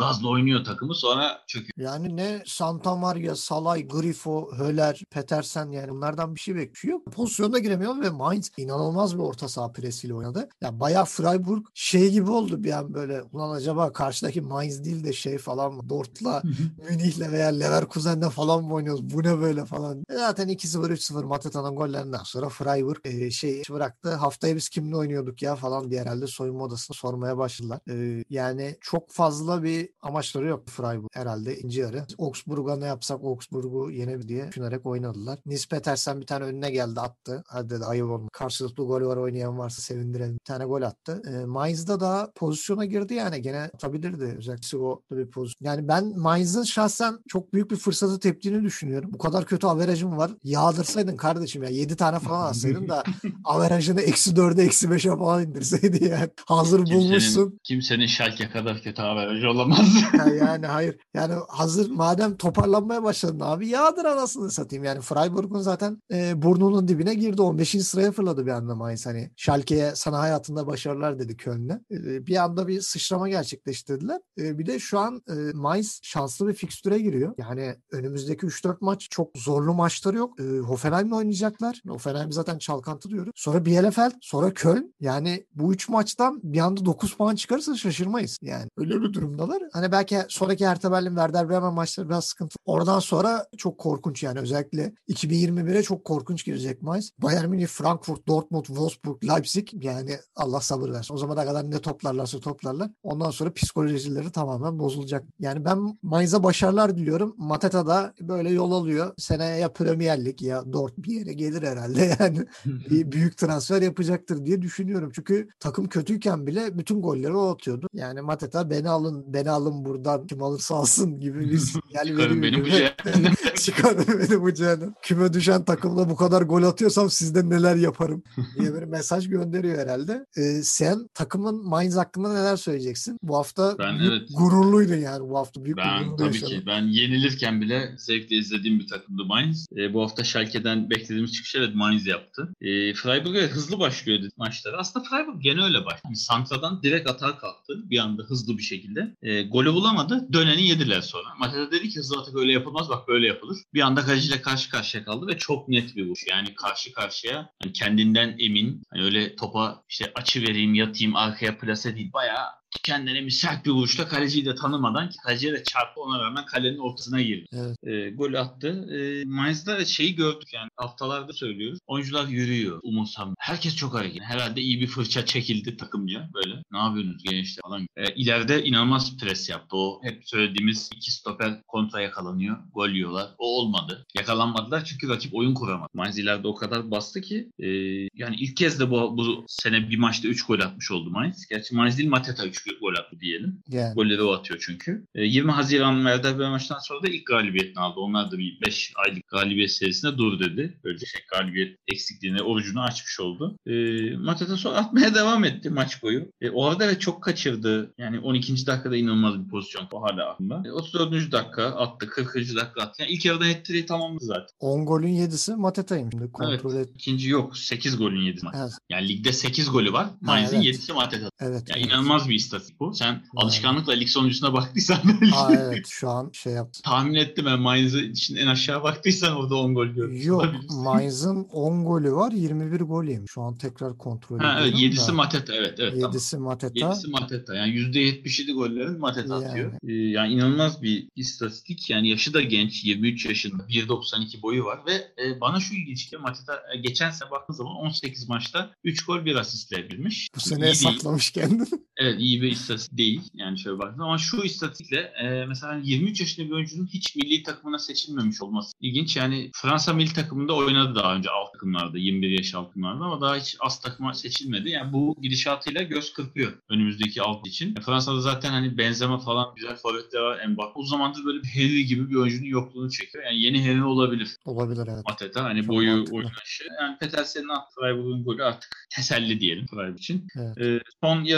oynuyor takımı, sonra çöküyor. Yani ne Santa Maria, Salay, Grifo, Höller, Petersen, yani bunlardan bir şey bekliyor. Pozisyonda giremiyor ve Mainz inanılmaz bir orta saha presiyle oynadı. Yani bayağı Freiburg şey gibi oldu bir an böyle. Ulan acaba karşıdaki Mainz değil de şey falan mı? Dort'la, Münih'le veya Leverkusen'le falan mı oynuyoruz? Bu ne böyle falan. Zaten 2-0 3-0 Mateta'nın gollerinden sonra Freiburg şey bıraktı. Haftaya biz kimle oynuyorduk ya falan diye herhalde soyunma odasını sormaya başladılar. Yani çok fazla bir amaçları yok Freiburg herhalde ince yarı. Augsburg'a ne yapsak Augsburg'u yenebilir diye düşünerek oynadılar. Nils Petersen bir tane önüne geldi, attı. Hadi dedi ayıp olma. Karşılıklı gol var, oynayan varsa sevindirelim. Bir tane gol attı. Mainz'da daha pozisyona girdi yani. Gene atabilirdi. Özellikle o bir pozisyon. Yani ben Mainz'ın şahsen çok büyük bir fırsatı teptiğini düşünüyorum. Bu kadar kötü averajım var. Yağdırsaydın kardeşim ya. 7 tane falan atsaydın da averajını -4'e -5'e falan indirseydi yani. Hazır bulmuşsun. Kimsenin Schalke kadar kötü averajı olamaz. Yani hayır. Yani hazır madem toparlanmaya başladın abi, yağdır anasını satayım. Yani Freiburg'un zaten burnunun dibine girdi. 15. sıraya fırladı bir anda Mainz. Hani Schalke'ye sana hayatında başarılar dedi Köln'e. Bir anda bir sıçrama gerçekleştirdiler. Bir de şu an Mainz şanslı bir fikstüre giriyor. Yani önümüzdeki 3-4 maç çok zorlu maçları yok. Hoffenheim'le oynayacaklar. Hoffenheim zaten çalkantı diyoruz. Sonra Bielefeld, sonra Köln. Yani bu 3 maçtan bir anda 9 puan çıkarsa şaşırmayız. Yani öyle bir durumdalar. Hani belki sonraki Hertha Berlin, Werder Bremen maçları biraz sıkıntı. Oradan sonra çok korkunç yani. Özellikle 2021'e çok korkunç girecek Mainz. Bayern Münih, Frankfurt, Dortmund, Wolfsburg, Leipzig, yani Allah sabır versin. O zamana kadar ne toplarlarsa toplarlar. Ondan sonra psikolojileri tamamen bozulacak. Yani ben Mainz'a başarılar diliyorum. Mateta da böyle yol alıyor. Seneye ya Premier Lig ya Dort bir yere gelir herhalde yani. Bir büyük transfer yapacaktır diye düşünüyorum. Çünkü takım kötüyken bile bütün golleri o atıyordu. Yani Mateta beni alın buradan, kim alırsa alsın gibi bir sinyal Çıkarın veriyor beni bu gibi. cehennem. Çıkarın beni bu cehennem. Küme düşen takımla bu kadar gol atıyorsam sizde neler yaparım diye bir mesaj gönderiyor herhalde. Sen takımın Mainz hakkında neler söyleyeceksin? Bu hafta Ben büyük evet. gururluydun yani. Bu hafta büyük bir Ben gurur tabii yaşadın. ki. Ben yenilirken bile zevkle izlediğim bir takımdı Mainz. Bu hafta Schalke'den beklediğimiz çıkışı evet Mainz yaptı. Freiburg evet hızlı başlıyor maçları. Aslında Freiburg gene öyle başladı. Yani Santra'dan direkt atağa kalktı bir anda hızlı bir şekilde. Golü bulamadı. Döneni yediler sonra. Mateta dedi ki hızlı atak öyle yapılmaz, bak böyle yapılır. Bir anda kaleciyle karşı karşıya kaldı ve çok net bir vuruş. Yani karşı karşıya, yani kendinden emin. Hani öyle topa işte açı vereyim, yatayım, arkaya plase değil. Bayağı kendine bir sert bir vuruşta kaleciyi de tanımadan, ki kaleciye de çarptı, ona rağmen kalenin ortasına girdi. Evet. Gol attı. Mainz'da şeyi gördük yani, haftalarda söylüyoruz. Oyuncular yürüyor, umursam. Herkes çok hareketli. Herhalde iyi bir fırça çekildi takımca böyle. Ne yapıyorsunuz gençler falan. İleride inanılmaz pres yaptı. O hep söylediğimiz iki stoper kontra yakalanıyor. Gol yiyorlar. O olmadı. Yakalanmadılar çünkü rakip oyun kuramadı. Mainz ileride o kadar bastı ki yani ilk kez de bu sene bir maçta 3 gol atmış oldu Mainz. Gerçi Mainz değil, Mateta 3 gol attı diyelim. Yani. Golleri o atıyor çünkü. 20 Haziran Werder Bremen maçtan sonra da ilk galibiyetini aldı. Onlar da bir 5 aylık galibiyet serisinde dur dedi. Böylece galibiyet eksikliğine orucunu açmış oldu. Mateta sonra atmaya devam etti maç boyu. Orada da çok kaçırdı. Yani 12. dakikada inanılmaz bir pozisyon. O hala aklımda. 34. dakika attı. 40. dakika attı. Yani ilk yarıda hat-trick'i tamamladı zaten. 10 golün 7'si Mateta'yım. Şimdi kontrol Evet. et. İkinci yok. 8 golün 7'si. Evet. Yani ligde 8 golü var. Mainz'in Evet. 7'si Mateta. Evet. Yani Evet. inanılmaz bir istatistik bu. Sen Yani. alışkanlıkla lig sonucuna baktıysan belki. Evet, şu an şey yaptı. Tahmin ettim ben, Mainz'ı için en aşağı baktıysan orada 10 gol görmüş Yok. olabilirsin. Mainz'ın 10 golü var. 21 gol yemiş. Şu an tekrar kontrol Ha evet, ediyorum 7'si da. Mateta, evet tamam. 7'si Mateta. 7'si Mateta. Yani %77 gollerin Mateta atıyor. Yani. Yani inanılmaz bir istatistik. Yani yaşı da genç. 23 yaşında. 1.92 boyu var ve bana şu ilginç ki Mateta geçen sene baktığın zaman 18 maçta 3 gol 1 asistle bilmiş. Bu İyi sene değil. saklamış kendini. Evet, iyi bir istatistik değil. Yani şöyle baktığında, ama şu istatistikle mesela 23 yaşında bir oyuncunun hiç milli takımına seçilmemiş olması ilginç. Yani Fransa milli takımında oynadı daha önce alt takımlarda, 21 yaş altınlarda, ama daha hiç az takıma seçilmedi. Yani bu gidişatıyla göz kırpıyor önümüzdeki alt için. Fransa'da zaten hani Benzema falan güzel forvetler var. Mbappé. O zamandır böyle bir Henry gibi bir oyuncunun yokluğunu çekiyor. Yani yeni Henry olabilir. Olabilir, evet. Mateta hani Çok boyu, mantıklı. oynaşı. Yani Petersen'in attığı Freiburg'un golü artık teselli diyelim Freiburg için. Evet. Son yarım saat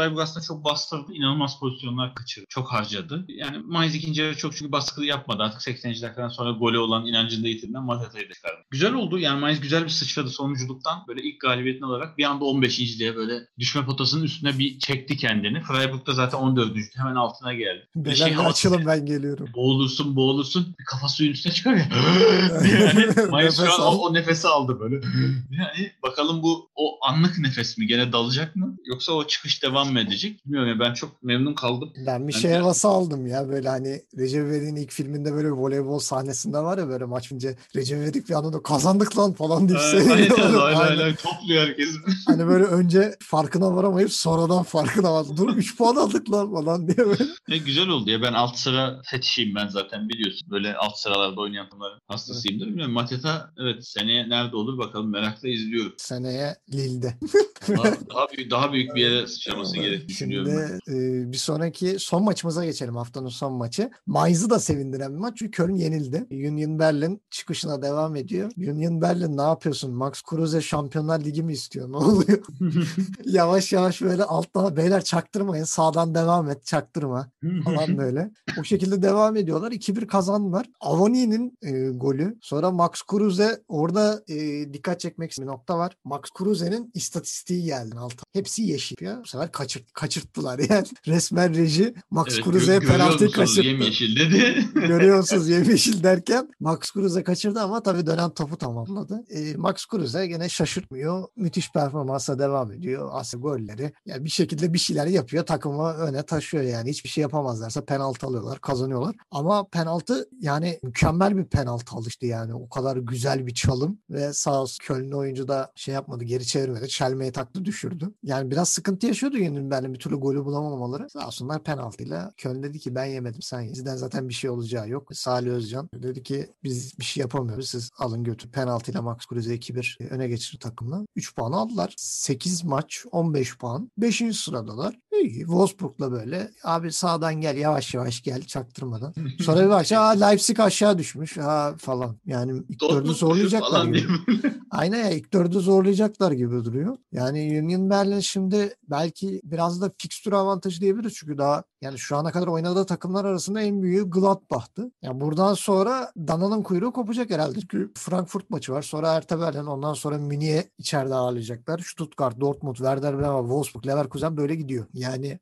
Freiburg aslında çok bastırdı. İnanılmaz pozisyonlar kaçırdı. Çok harcadı. Yani Mainz ikinci yarı çok çünkü baskı yapmadı. Artık 80. dakikadan sonra golü olan inancını da yitirdiğinden Mateta'yı da çıkardı. Güzel oldu. Yani Mainz güzel bir sıçradı sonunculuktan. Böyle ilk galibiyetini alarak bir anda 15.liğe böyle düşme potasının üstüne bir çekti kendini. Freiburg da zaten 14. Hemen altına geldi. Beyler açılın, ben geliyorum. Boğulursun. Bir kafa suyun üstüne çıkar ya. Yani Mainz şu an o nefesi aldı böyle. Yani bakalım bu o anlık nefes mi? Gene dalacak mı? Yoksa o çıkış devam mı edecek? Bilmiyorum ya, ben çok memnun kaldım. Ben bir şey havası aldım ya, böyle hani Recep İvedik'in ilk filminde böyle bir voleybol sahnesinde var ya, böyle maç önce Recep İvedik bir anda kazandık lan falan deyip seviyor. Aynen topluyor herkes. Hani böyle önce farkına varamayıp sonradan farkına var. Dur 3 puan aldık lan falan diye böyle. Güzel oldu ya, ben alt sıra fetişiyim ben zaten, biliyorsun. Böyle alt sıralarda oynayan takımların hastasıyımdır. Bilmiyorum, Mateta evet seneye nerede olur bakalım, merakla izliyorum. Seneye Lille'de. Daha büyük bir yere sıçraması gerektiğini düşünüyorum ben. Şimdi bir sonraki son maçımıza geçelim. Haftanın son maçı. Mainz'ı da sevindiren bir maç çünkü Köln yenildi. Union Berlin çıkışına devam ediyor. Union Berlin ne yapıyorsun? Max Kruse Şampiyonlar Ligi mi istiyor? Ne oluyor? Yavaş yavaş böyle alttan beyler çaktırmayın. Sağdan devam et, çaktırma falan böyle. O şekilde devam ediyorlar. 2-1 kazandılar. Avoni'nin golü. Sonra Max Kruse orada dikkat çekmek istediğim bir nokta var. Max Kruse'nin istatistiği geldi alta. Hepsi yeşil ya. Bu sefer kaçırttılar yani. Resmen reji Max Kruse'ye penaltıyı kaçırttı. Yemyeşil dedi. Görüyorsunuz yemyeşil derken Max Kruse kaçırdı ama tabii dönen topu tamamladı. Max Kruse gene şaşırtmıyor. Müthiş performansa devam ediyor. Asıl golleri. Yani bir şekilde bir şeyler yapıyor. Takımı öne taşıyor yani. Hiçbir şey yapamazlarsa penaltı alıyorlar, kazanıyorlar. Ama penaltı yani mükemmel bir penaltı alıştı yani. O kadar güzel bir çalım ve sağ olsun Köln'lü oyuncu da şey yapmadı, geri çevirmedi. Çelmeyi taktı, düşürdü. Yani biraz sıkıntı yaşıyordu Union Berlin, bir türlü golü bulamamaları. Sağ olsunlar penaltıyla. Köln dedi ki ben yemedim, sen ye. Bizden zaten bir şey olacağı yok. Salih Özcan dedi ki biz bir şey yapamıyoruz. Siz alın götür. Penaltıyla Max Kruse 2-1 öne geçirdi takımla. 3 puan aldılar. 8 maç 15 puan. 5. sıradalar. İyi. Wolfsburg'la böyle abi sağdan gel, yavaş yavaş gel çaktırmadan. Sonra bir bak Leipzig aşağı düşmüş falan. Yani ilk dördü zorlayacaklar gibi. Aynen ya, ilk dördü zorlayacaklar gibi duruyor. Yani Union Berlin şimdi belki biraz da fikstür avantajı diyebiliriz. Çünkü daha yani şu ana kadar oynadığı takımlar arasında en büyüğü Gladbach'tı. Yani buradan sonra dananın kuyruğu kopacak herhalde. Çünkü Frankfurt maçı var. Sonra Hertha Berlin, ondan sonra Münih'e içeride ağırlayacaklar. Stuttgart, Dortmund, Werder Bremen, Wolfsburg, Leverkusen böyle gidiyor. Yani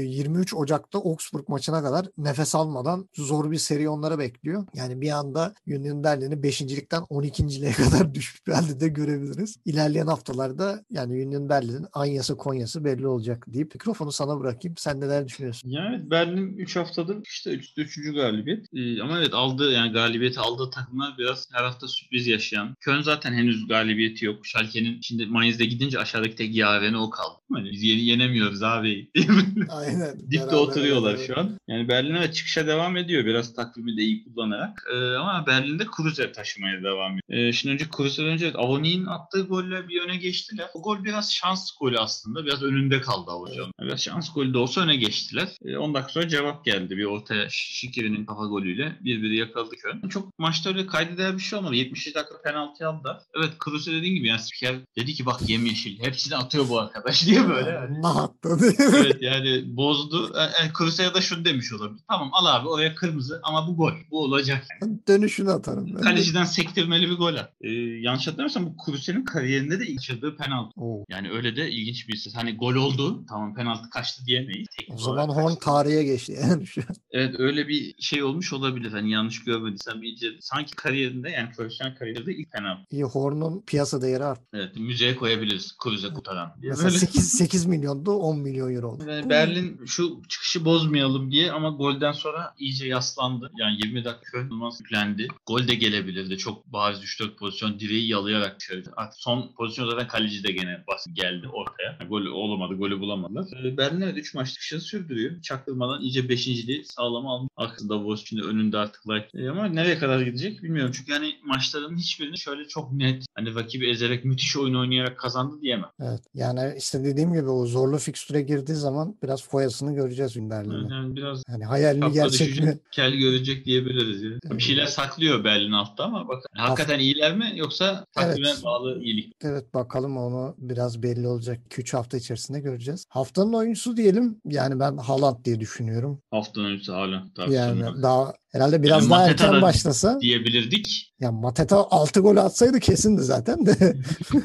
23 Ocak'ta Augsburg maçına kadar nefes almadan zor bir seri onları bekliyor. Yani bir anda Union Berlin'i 5.likten 12.liğe kadar düşmüş bir halde de görebiliriz. İlerleyen haftalarda yani Union Berlin'in Anya'sı Konya'sı belli olacak deyip mikrofonu sana bırakayım. Sen neler düşünüyorsun? Yani Berlin 3 haftadır işte 3. galibiyet. Ama evet galibiyeti aldığı takımlar biraz her hafta sürpriz yaşayan. Köln zaten henüz galibiyeti yok. Schalke'nin şimdi Mainz'de gidince aşağıdaki tek yaveni o kaldı. Hani biz yenemiyoruz abi. Aynen. Dipte oturuyorlar şu an. Yani Berlin evet çıkışa devam ediyor. Biraz takvimi de iyi kullanarak. Ama Berlin'de Kruse taşımaya devam ediyor. Şimdi önce Kruse'den önce Avoni'nin attığı golle bir öne geçtiler. O gol biraz şans golü aslında. Biraz önünde kaldı Avoni'nin. Biraz şans golü de olsa öne geçtiler. 10 dakika sonra cevap geldi. Bir ortaya Şikiri'nin kafa golüyle 1-1 yakaladı Köln. Çok maçta öyle kaydeder bir şey olmadı. 70 dakika penaltı aldılar. Evet Kruse dediğin gibi yani spiker dedi ki bak yemyeşil. Hepsini atıyor bu arkadaş diye böyle. Yani. Evet yani bozdu. Yani Kruse'ye da şunu demiş olabilir. Tamam al abi oraya kırmızı ama bu gol. Bu olacak. Dönüşünü atarım. Kaleciden sektirmeli bir gol at. Yanlış hatırlamıyorsam bu Kruse'nin kariyerinde de ilk yaşadığı penaltı. Yani öyle de ilginç bir ses. Hani gol oldu. Tamam penaltı kaçtı diyemeyiz. O zaman Horn tarihe geçti yani şu an. Evet öyle bir şey olmuş olabilir. Hani yanlış görmediysen iyice sanki kariyerinde yani profesyonel kariyerinde ilk penaltı. İyi, Horn'un piyasa değeri arttı. Evet müzeye koyabiliriz. Kruse kurtaran diye. Mesela 8 milyondu 10 milyon euro oldu. Yani Berlin şu çıkışı bozmayalım diye ama golden sonra iyice yaslandı. Yani 20 dakika Köln yüklendi. Gol de gelebilirdi. Çok bariz 3-4 pozisyon direği yalayarak dışarı. Artık son pozisyon zaten kaleci de gene basit geldi ortaya. Yani gol olamadı. Golü bulamadılar. Berlin evet 3 maç çıkışını sürdürüyor. Çaktırmadan iyice 5.liği sağlama aldı. Arkasında Wolfsburg şimdi önünde artık ama nereye kadar gidecek bilmiyorum. Çünkü hani maçların hiçbirini şöyle çok net hani rakibi ezerek müthiş oyun oynayarak kazandı diyemem. Evet. Yani işte dediğim gibi o zorlu fikstüre girdiği zaman biraz foyasını göreceğiz. Berlin'e. Yani biraz Hani hayal mi şapka gerçek mi? düşecek, kel görecek diyebiliriz ya. Bir şeyler saklıyor Berlin altta ama bak hakikaten iyiler mi yoksa takvime Evet. bağlı iyilik. Evet, bakalım, onu biraz belli olacak. 2-3 hafta içerisinde göreceğiz. Haftanın oyuncusu diyelim. Yani ben Haaland diye düşünüyorum. Haftanın öncesi hala tartışılmaz. Yani daha herhalde Yani biraz daha Mateta erken da başlasa, diyebilirdik. ya Mateta 6 gol atsaydı kesindi zaten de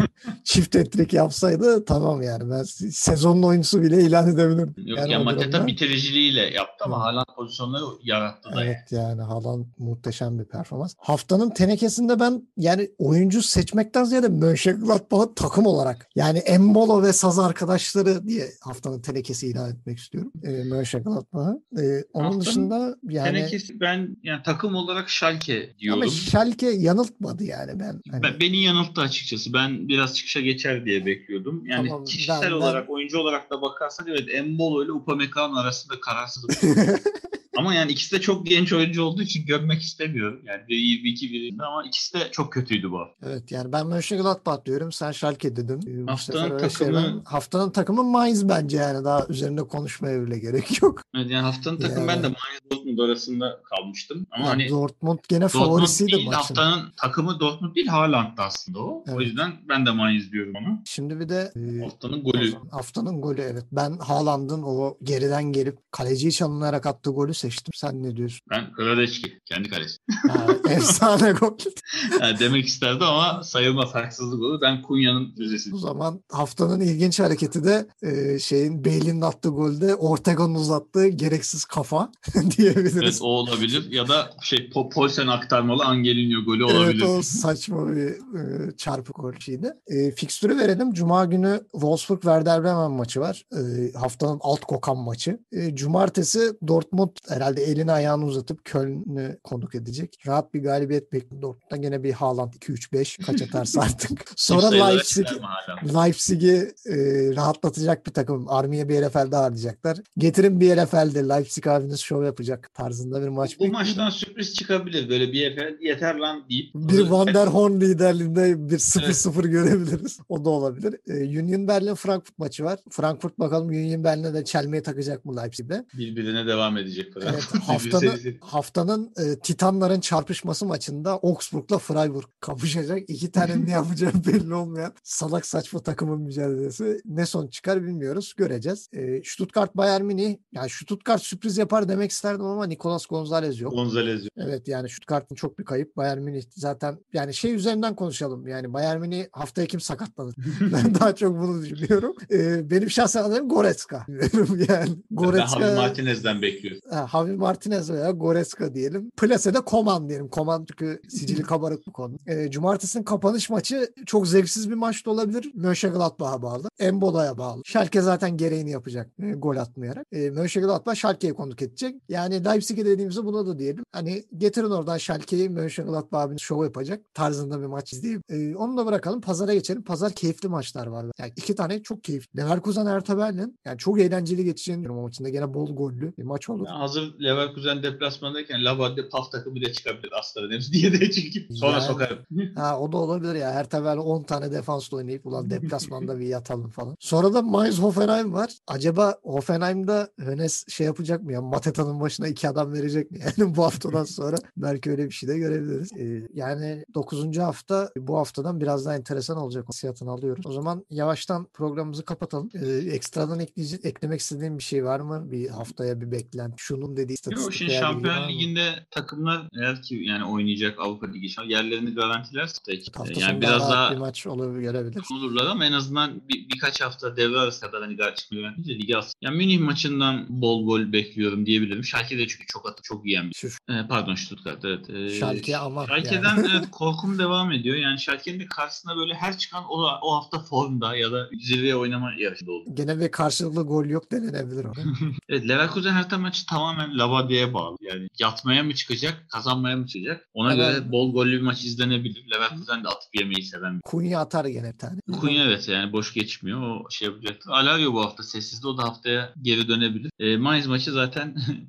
çift hat-trick yapsaydı tamam yani. Ben sezonun oyuncusu bile ilan edebilirim. Yok Yani ya o Mateta durumda. bitiriciliğiyle yaptı ama Evet. Haaland pozisyonları yarattı da yani. Evet, yani Haaland muhteşem bir performans. Haftanın tenekesinde ben yani oyuncu seçmekten ziyade Mönchengladbach'ı takım olarak, yani Embolo ve Saz arkadaşları diye haftanın tenekesi ilan etmek istiyorum. Mönchengladbach'ı. Onun Haftanın dışında yani, tenekesi ben yani takım olarak Schalke ama diyorum. Schalke yanıltmadı yani, ben hani Beni yanılttı açıkçası. Ben biraz çıkışa geçer diye bekliyordum. Yani tamam, kişisel ben olarak, oyuncu olarak da bakarsak evet Embolo ile Upamecano arasında kararsızlık duruyor. Ama yani ikisi de çok genç oyuncu olduğu için gömmek istemiyorum. Yani biri 22 biri ama ikisi de çok kötüydü bu hafta. evet, yani ben Mönchengladbach diyorum, sen Schalke dedin. Bu sefer Haftanın öyle şeyden, takımı haftanın takımı Mainz bence, yani daha üzerinde konuşmaya bile gerek yok. evet, yani haftanın takımı ben de Yani Mainz Dortmund arasında kalmıştım. Ama ya hani Dortmund gene Dortmund favorisiydi değil, maçın. haftanın takımı Dortmund değil Haaland'dı aslında o. O Evet. yüzden ben de Mainz diyorum ona. Şimdi bir de Haftanın o golü. zaman haftanın golü, evet. Ben Haaland'ın o geriden gelip kaleciyi çalımlayarak attığı golü seçtim. Sen ne diyorsun? Ben Hradecky. Kendi kalesi. Ha, efsane gol. Yani demek isterdim ama sayılmaz, haksızlık olur. Ben Kunya'nın füzesi. O zaman haftanın ilginç hareketi de Bale'in attığı golde Ortega'nın uzattığı gereksiz kafa Evet diyebiliriz. o olabilir. Ya da Poulsen aktarmalı Angelino golü Evet, olabilir. o saçma bir çarpık gol şeydi. Fikstürü verelim. Cuma günü Wolfsburg Werder Bremen maçı var. Haftanın alt kokan maçı. Cumartesi Dortmund herhalde elini ayağını uzatıp Köln'ü konuk edecek. Rahat bir galibiyet bekliyorum. Dortmund'da gene bir Haaland 2-3-5 kaç atarsa artık. Çift Sonra sayılara çıkar mı hala? Leipzig'i rahatlatacak bir takım. Armiye bir LFL'de harcayacaklar. Getirin bir LFL'de Leipzig abiniz şov yapacak tarzında bir maç Bu bekliyorum. maçtan sürpriz çıkabilir. Böyle bir yeter lan deyip. Bir Van der Horn liderliğinde bir Evet, 0-0 görebiliriz. O da olabilir. Union Berlin Frankfurt maçı var. Frankfurt bakalım Union Berlin'e de çelmeyi takacak mı Leipzig'de? birbirine devam edecek Evet, Frankfurt. Birbiri serisi. haftanın Titanların çarpışması maçında Augsburg'la Freiburg kapışacak. İki tane ne yapacağı belli olmayan salak saçma takımın mücadelesi. Ne son çıkar bilmiyoruz. Göreceğiz. Stuttgart Bayern Münih. Yani Stuttgart sürpriz yapar demek isterdim ama Nicolas Gonzalez yok. Gonzalez. Evet, yani Stuttgart'ın çok bir kayıp. Bayern Münih zaten, yani şey üzerinden konuşalım. Yani Bayern Münih haftaya kim sakatlanır? Ben daha çok bunu düşünüyorum. Benim şahsen adayım Goretzka. Yani Ben Javi Goretzka, Martinez'den bekliyorum. Javi Martinez veya Goretzka diyelim. Plase'de Koman diyelim. Koman çünkü sicili kabarık bu konu. Cumartesinin kapanış maçı çok zevksiz bir maç da olabilir. Mönchengladbach'a bağlı. Embolo'ya bağlı. Schalke zaten gereğini yapacak gol atmayarak. Mönchengladbach Schalke'ye konuk edecek. Yani Leipzig'e dediğimizde buna da diyelim. Hani getirin oradan Schalke'yi, Mönchengladbach abinin şov yapacak tarzında bir maç izleyip onu da bırakalım. Pazara geçelim. Pazar keyifli maçlar var. Yani iki tane çok keyifli. Leverkusen Hertha Berlin. Yani çok eğlenceli geçeceğini düşünüyorum o maçında. Gene bol gollü bir maç olur. Yani hazır Leverkusen deplasmandayken Labad'de PAF takımı bile çıkabilir aslanın hepsi diye de çünkü sonra Yani sokarım. o da olabilir ya. Hertha Berlin 10 tane defansla oynayıp ulan deplasmanda bir yatalım falan. Sonra da Mainz Hoffenheim var. Acaba Hoffenheim'da Hönes şey yapacak mı ya? Mateta'nın başına 2 adam verecek mi? Yani bu haftadan sonra belki öyle bir şey de görebiliriz. Yani 9. hafta bu haftadan biraz daha enteresan olacak. Hissiyatını alıyoruz. O zaman yavaştan programımızı kapatalım. Ekstradan eklemek istediğim bir şey var mı? Bir haftaya bir beklenti. Şunun dediği Yok istatistik şimdi veya bilgi var Şampiyon mı? Ligi'nde takımlar eğer ki yani oynayacak Avrupa Ligi yerlerini garantilerse Hafta yani sonu daha biraz rahat bir daha maç olur görebiliriz. olurlar ama en azından birkaç hafta devre arası kadar hani çıkmıyor bence ligi az. Yani Münih maçından bol gol bekliyorum diyebilirim. Schalke de çünkü çok yiyen bir. Şu Pardon Stuttgart evet. Schalke aman yani. Schalke'den evet korkum devam ediyor. Yani Schalke'nin de karşısında böyle her çıkan o hafta formda ya da zirveye oynama yarışında oldu. Gene bir karşılıklı gol yok denilebilir ona. Evet Leverkusen Hertha maçı tamamen Labadia'ya bağlı. Yani yatmaya mı çıkacak, kazanmaya mı çıkacak? Ona Hemen göre bol gollü bir maç izlenebilir. Leverkusen de atıp yemeyi seven bir. Kunya atar gene bir tane. Kunya evet yani boş geçmiyor. O şey yapacaktır. Alario bu hafta sessizde. O da haftaya geri dönebilir. Mainz maçı zaten pazar günü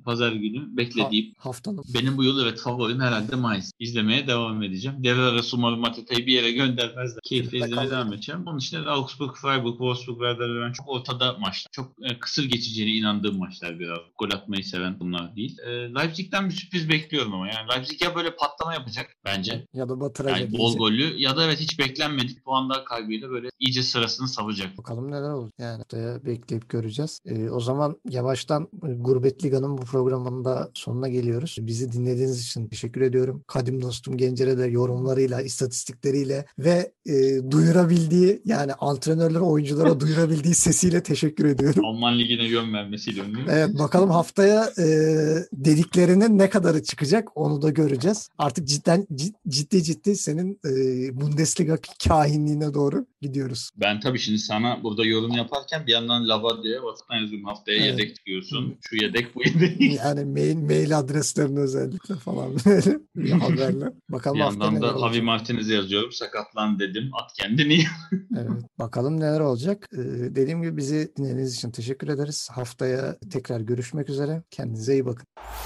günü beklediğim. Haftanın. Benim bu yıl evet favorim herhalde Mainz. İzlemeye devam edeceğim. Devre arası umarım Matita'yı bir yere göndermezler. Keyifle izlemeye devam edeceğim. Onun için de Augsburg, Freiburg, Wolfsburg, Werder Bremen çok ortada maçlar. Çok kısır geçeceğine inandığım maçlar biraz. Gol atmayı seven bunlar değil. Leipzig'ten bir sürpriz bekliyorum ama. Yani Leipzig ya böyle patlama yapacak bence. Ya da batıracak. Yani bol gollü ya da evet hiç beklenmedik puanlar kaybıyla böyle iyice sırasını savacak. Bakalım neler olur. Yani haftaya bekleyip göreceğiz. O zaman yavaştan Gurbet Liga'nın bu programında sonuna geliyoruz. Bizi dinlediğiniz için teşekkür ediyorum. Kadim dostum Gencer'e de yorumlarıyla, istatistikleriyle ve duyurabildiği, yani antrenörlere, oyunculara duyurabildiği sesiyle teşekkür ediyorum. Alman Ligi'ne yön vermesiyle ünlü. Evet, bakalım haftaya dediklerinin ne kadarı çıkacak onu da göreceğiz. Artık ciddi senin Bundesliga kahinliğine doğru gidiyoruz. Ben tabii şimdi sana burada yorum yaparken bir yandan Lavadia'ya WhatsApp'tan yazıyorum. Haftaya Evet. yedek diyorsun. Şu yedek bu yedek. Yani mail adreslerini özellikle falan böyle bir haberle. Bakalım Bir haftaya yandan neler da Javi olacak. Martinez'e yazıyorum. Sakatlan dedim. At kendini. Evet, bakalım neler olacak. Dediğim gibi bizi dinlediğiniz için teşekkür ederiz. Haftaya tekrar görüşmek üzere. Kendinize iyi bakın.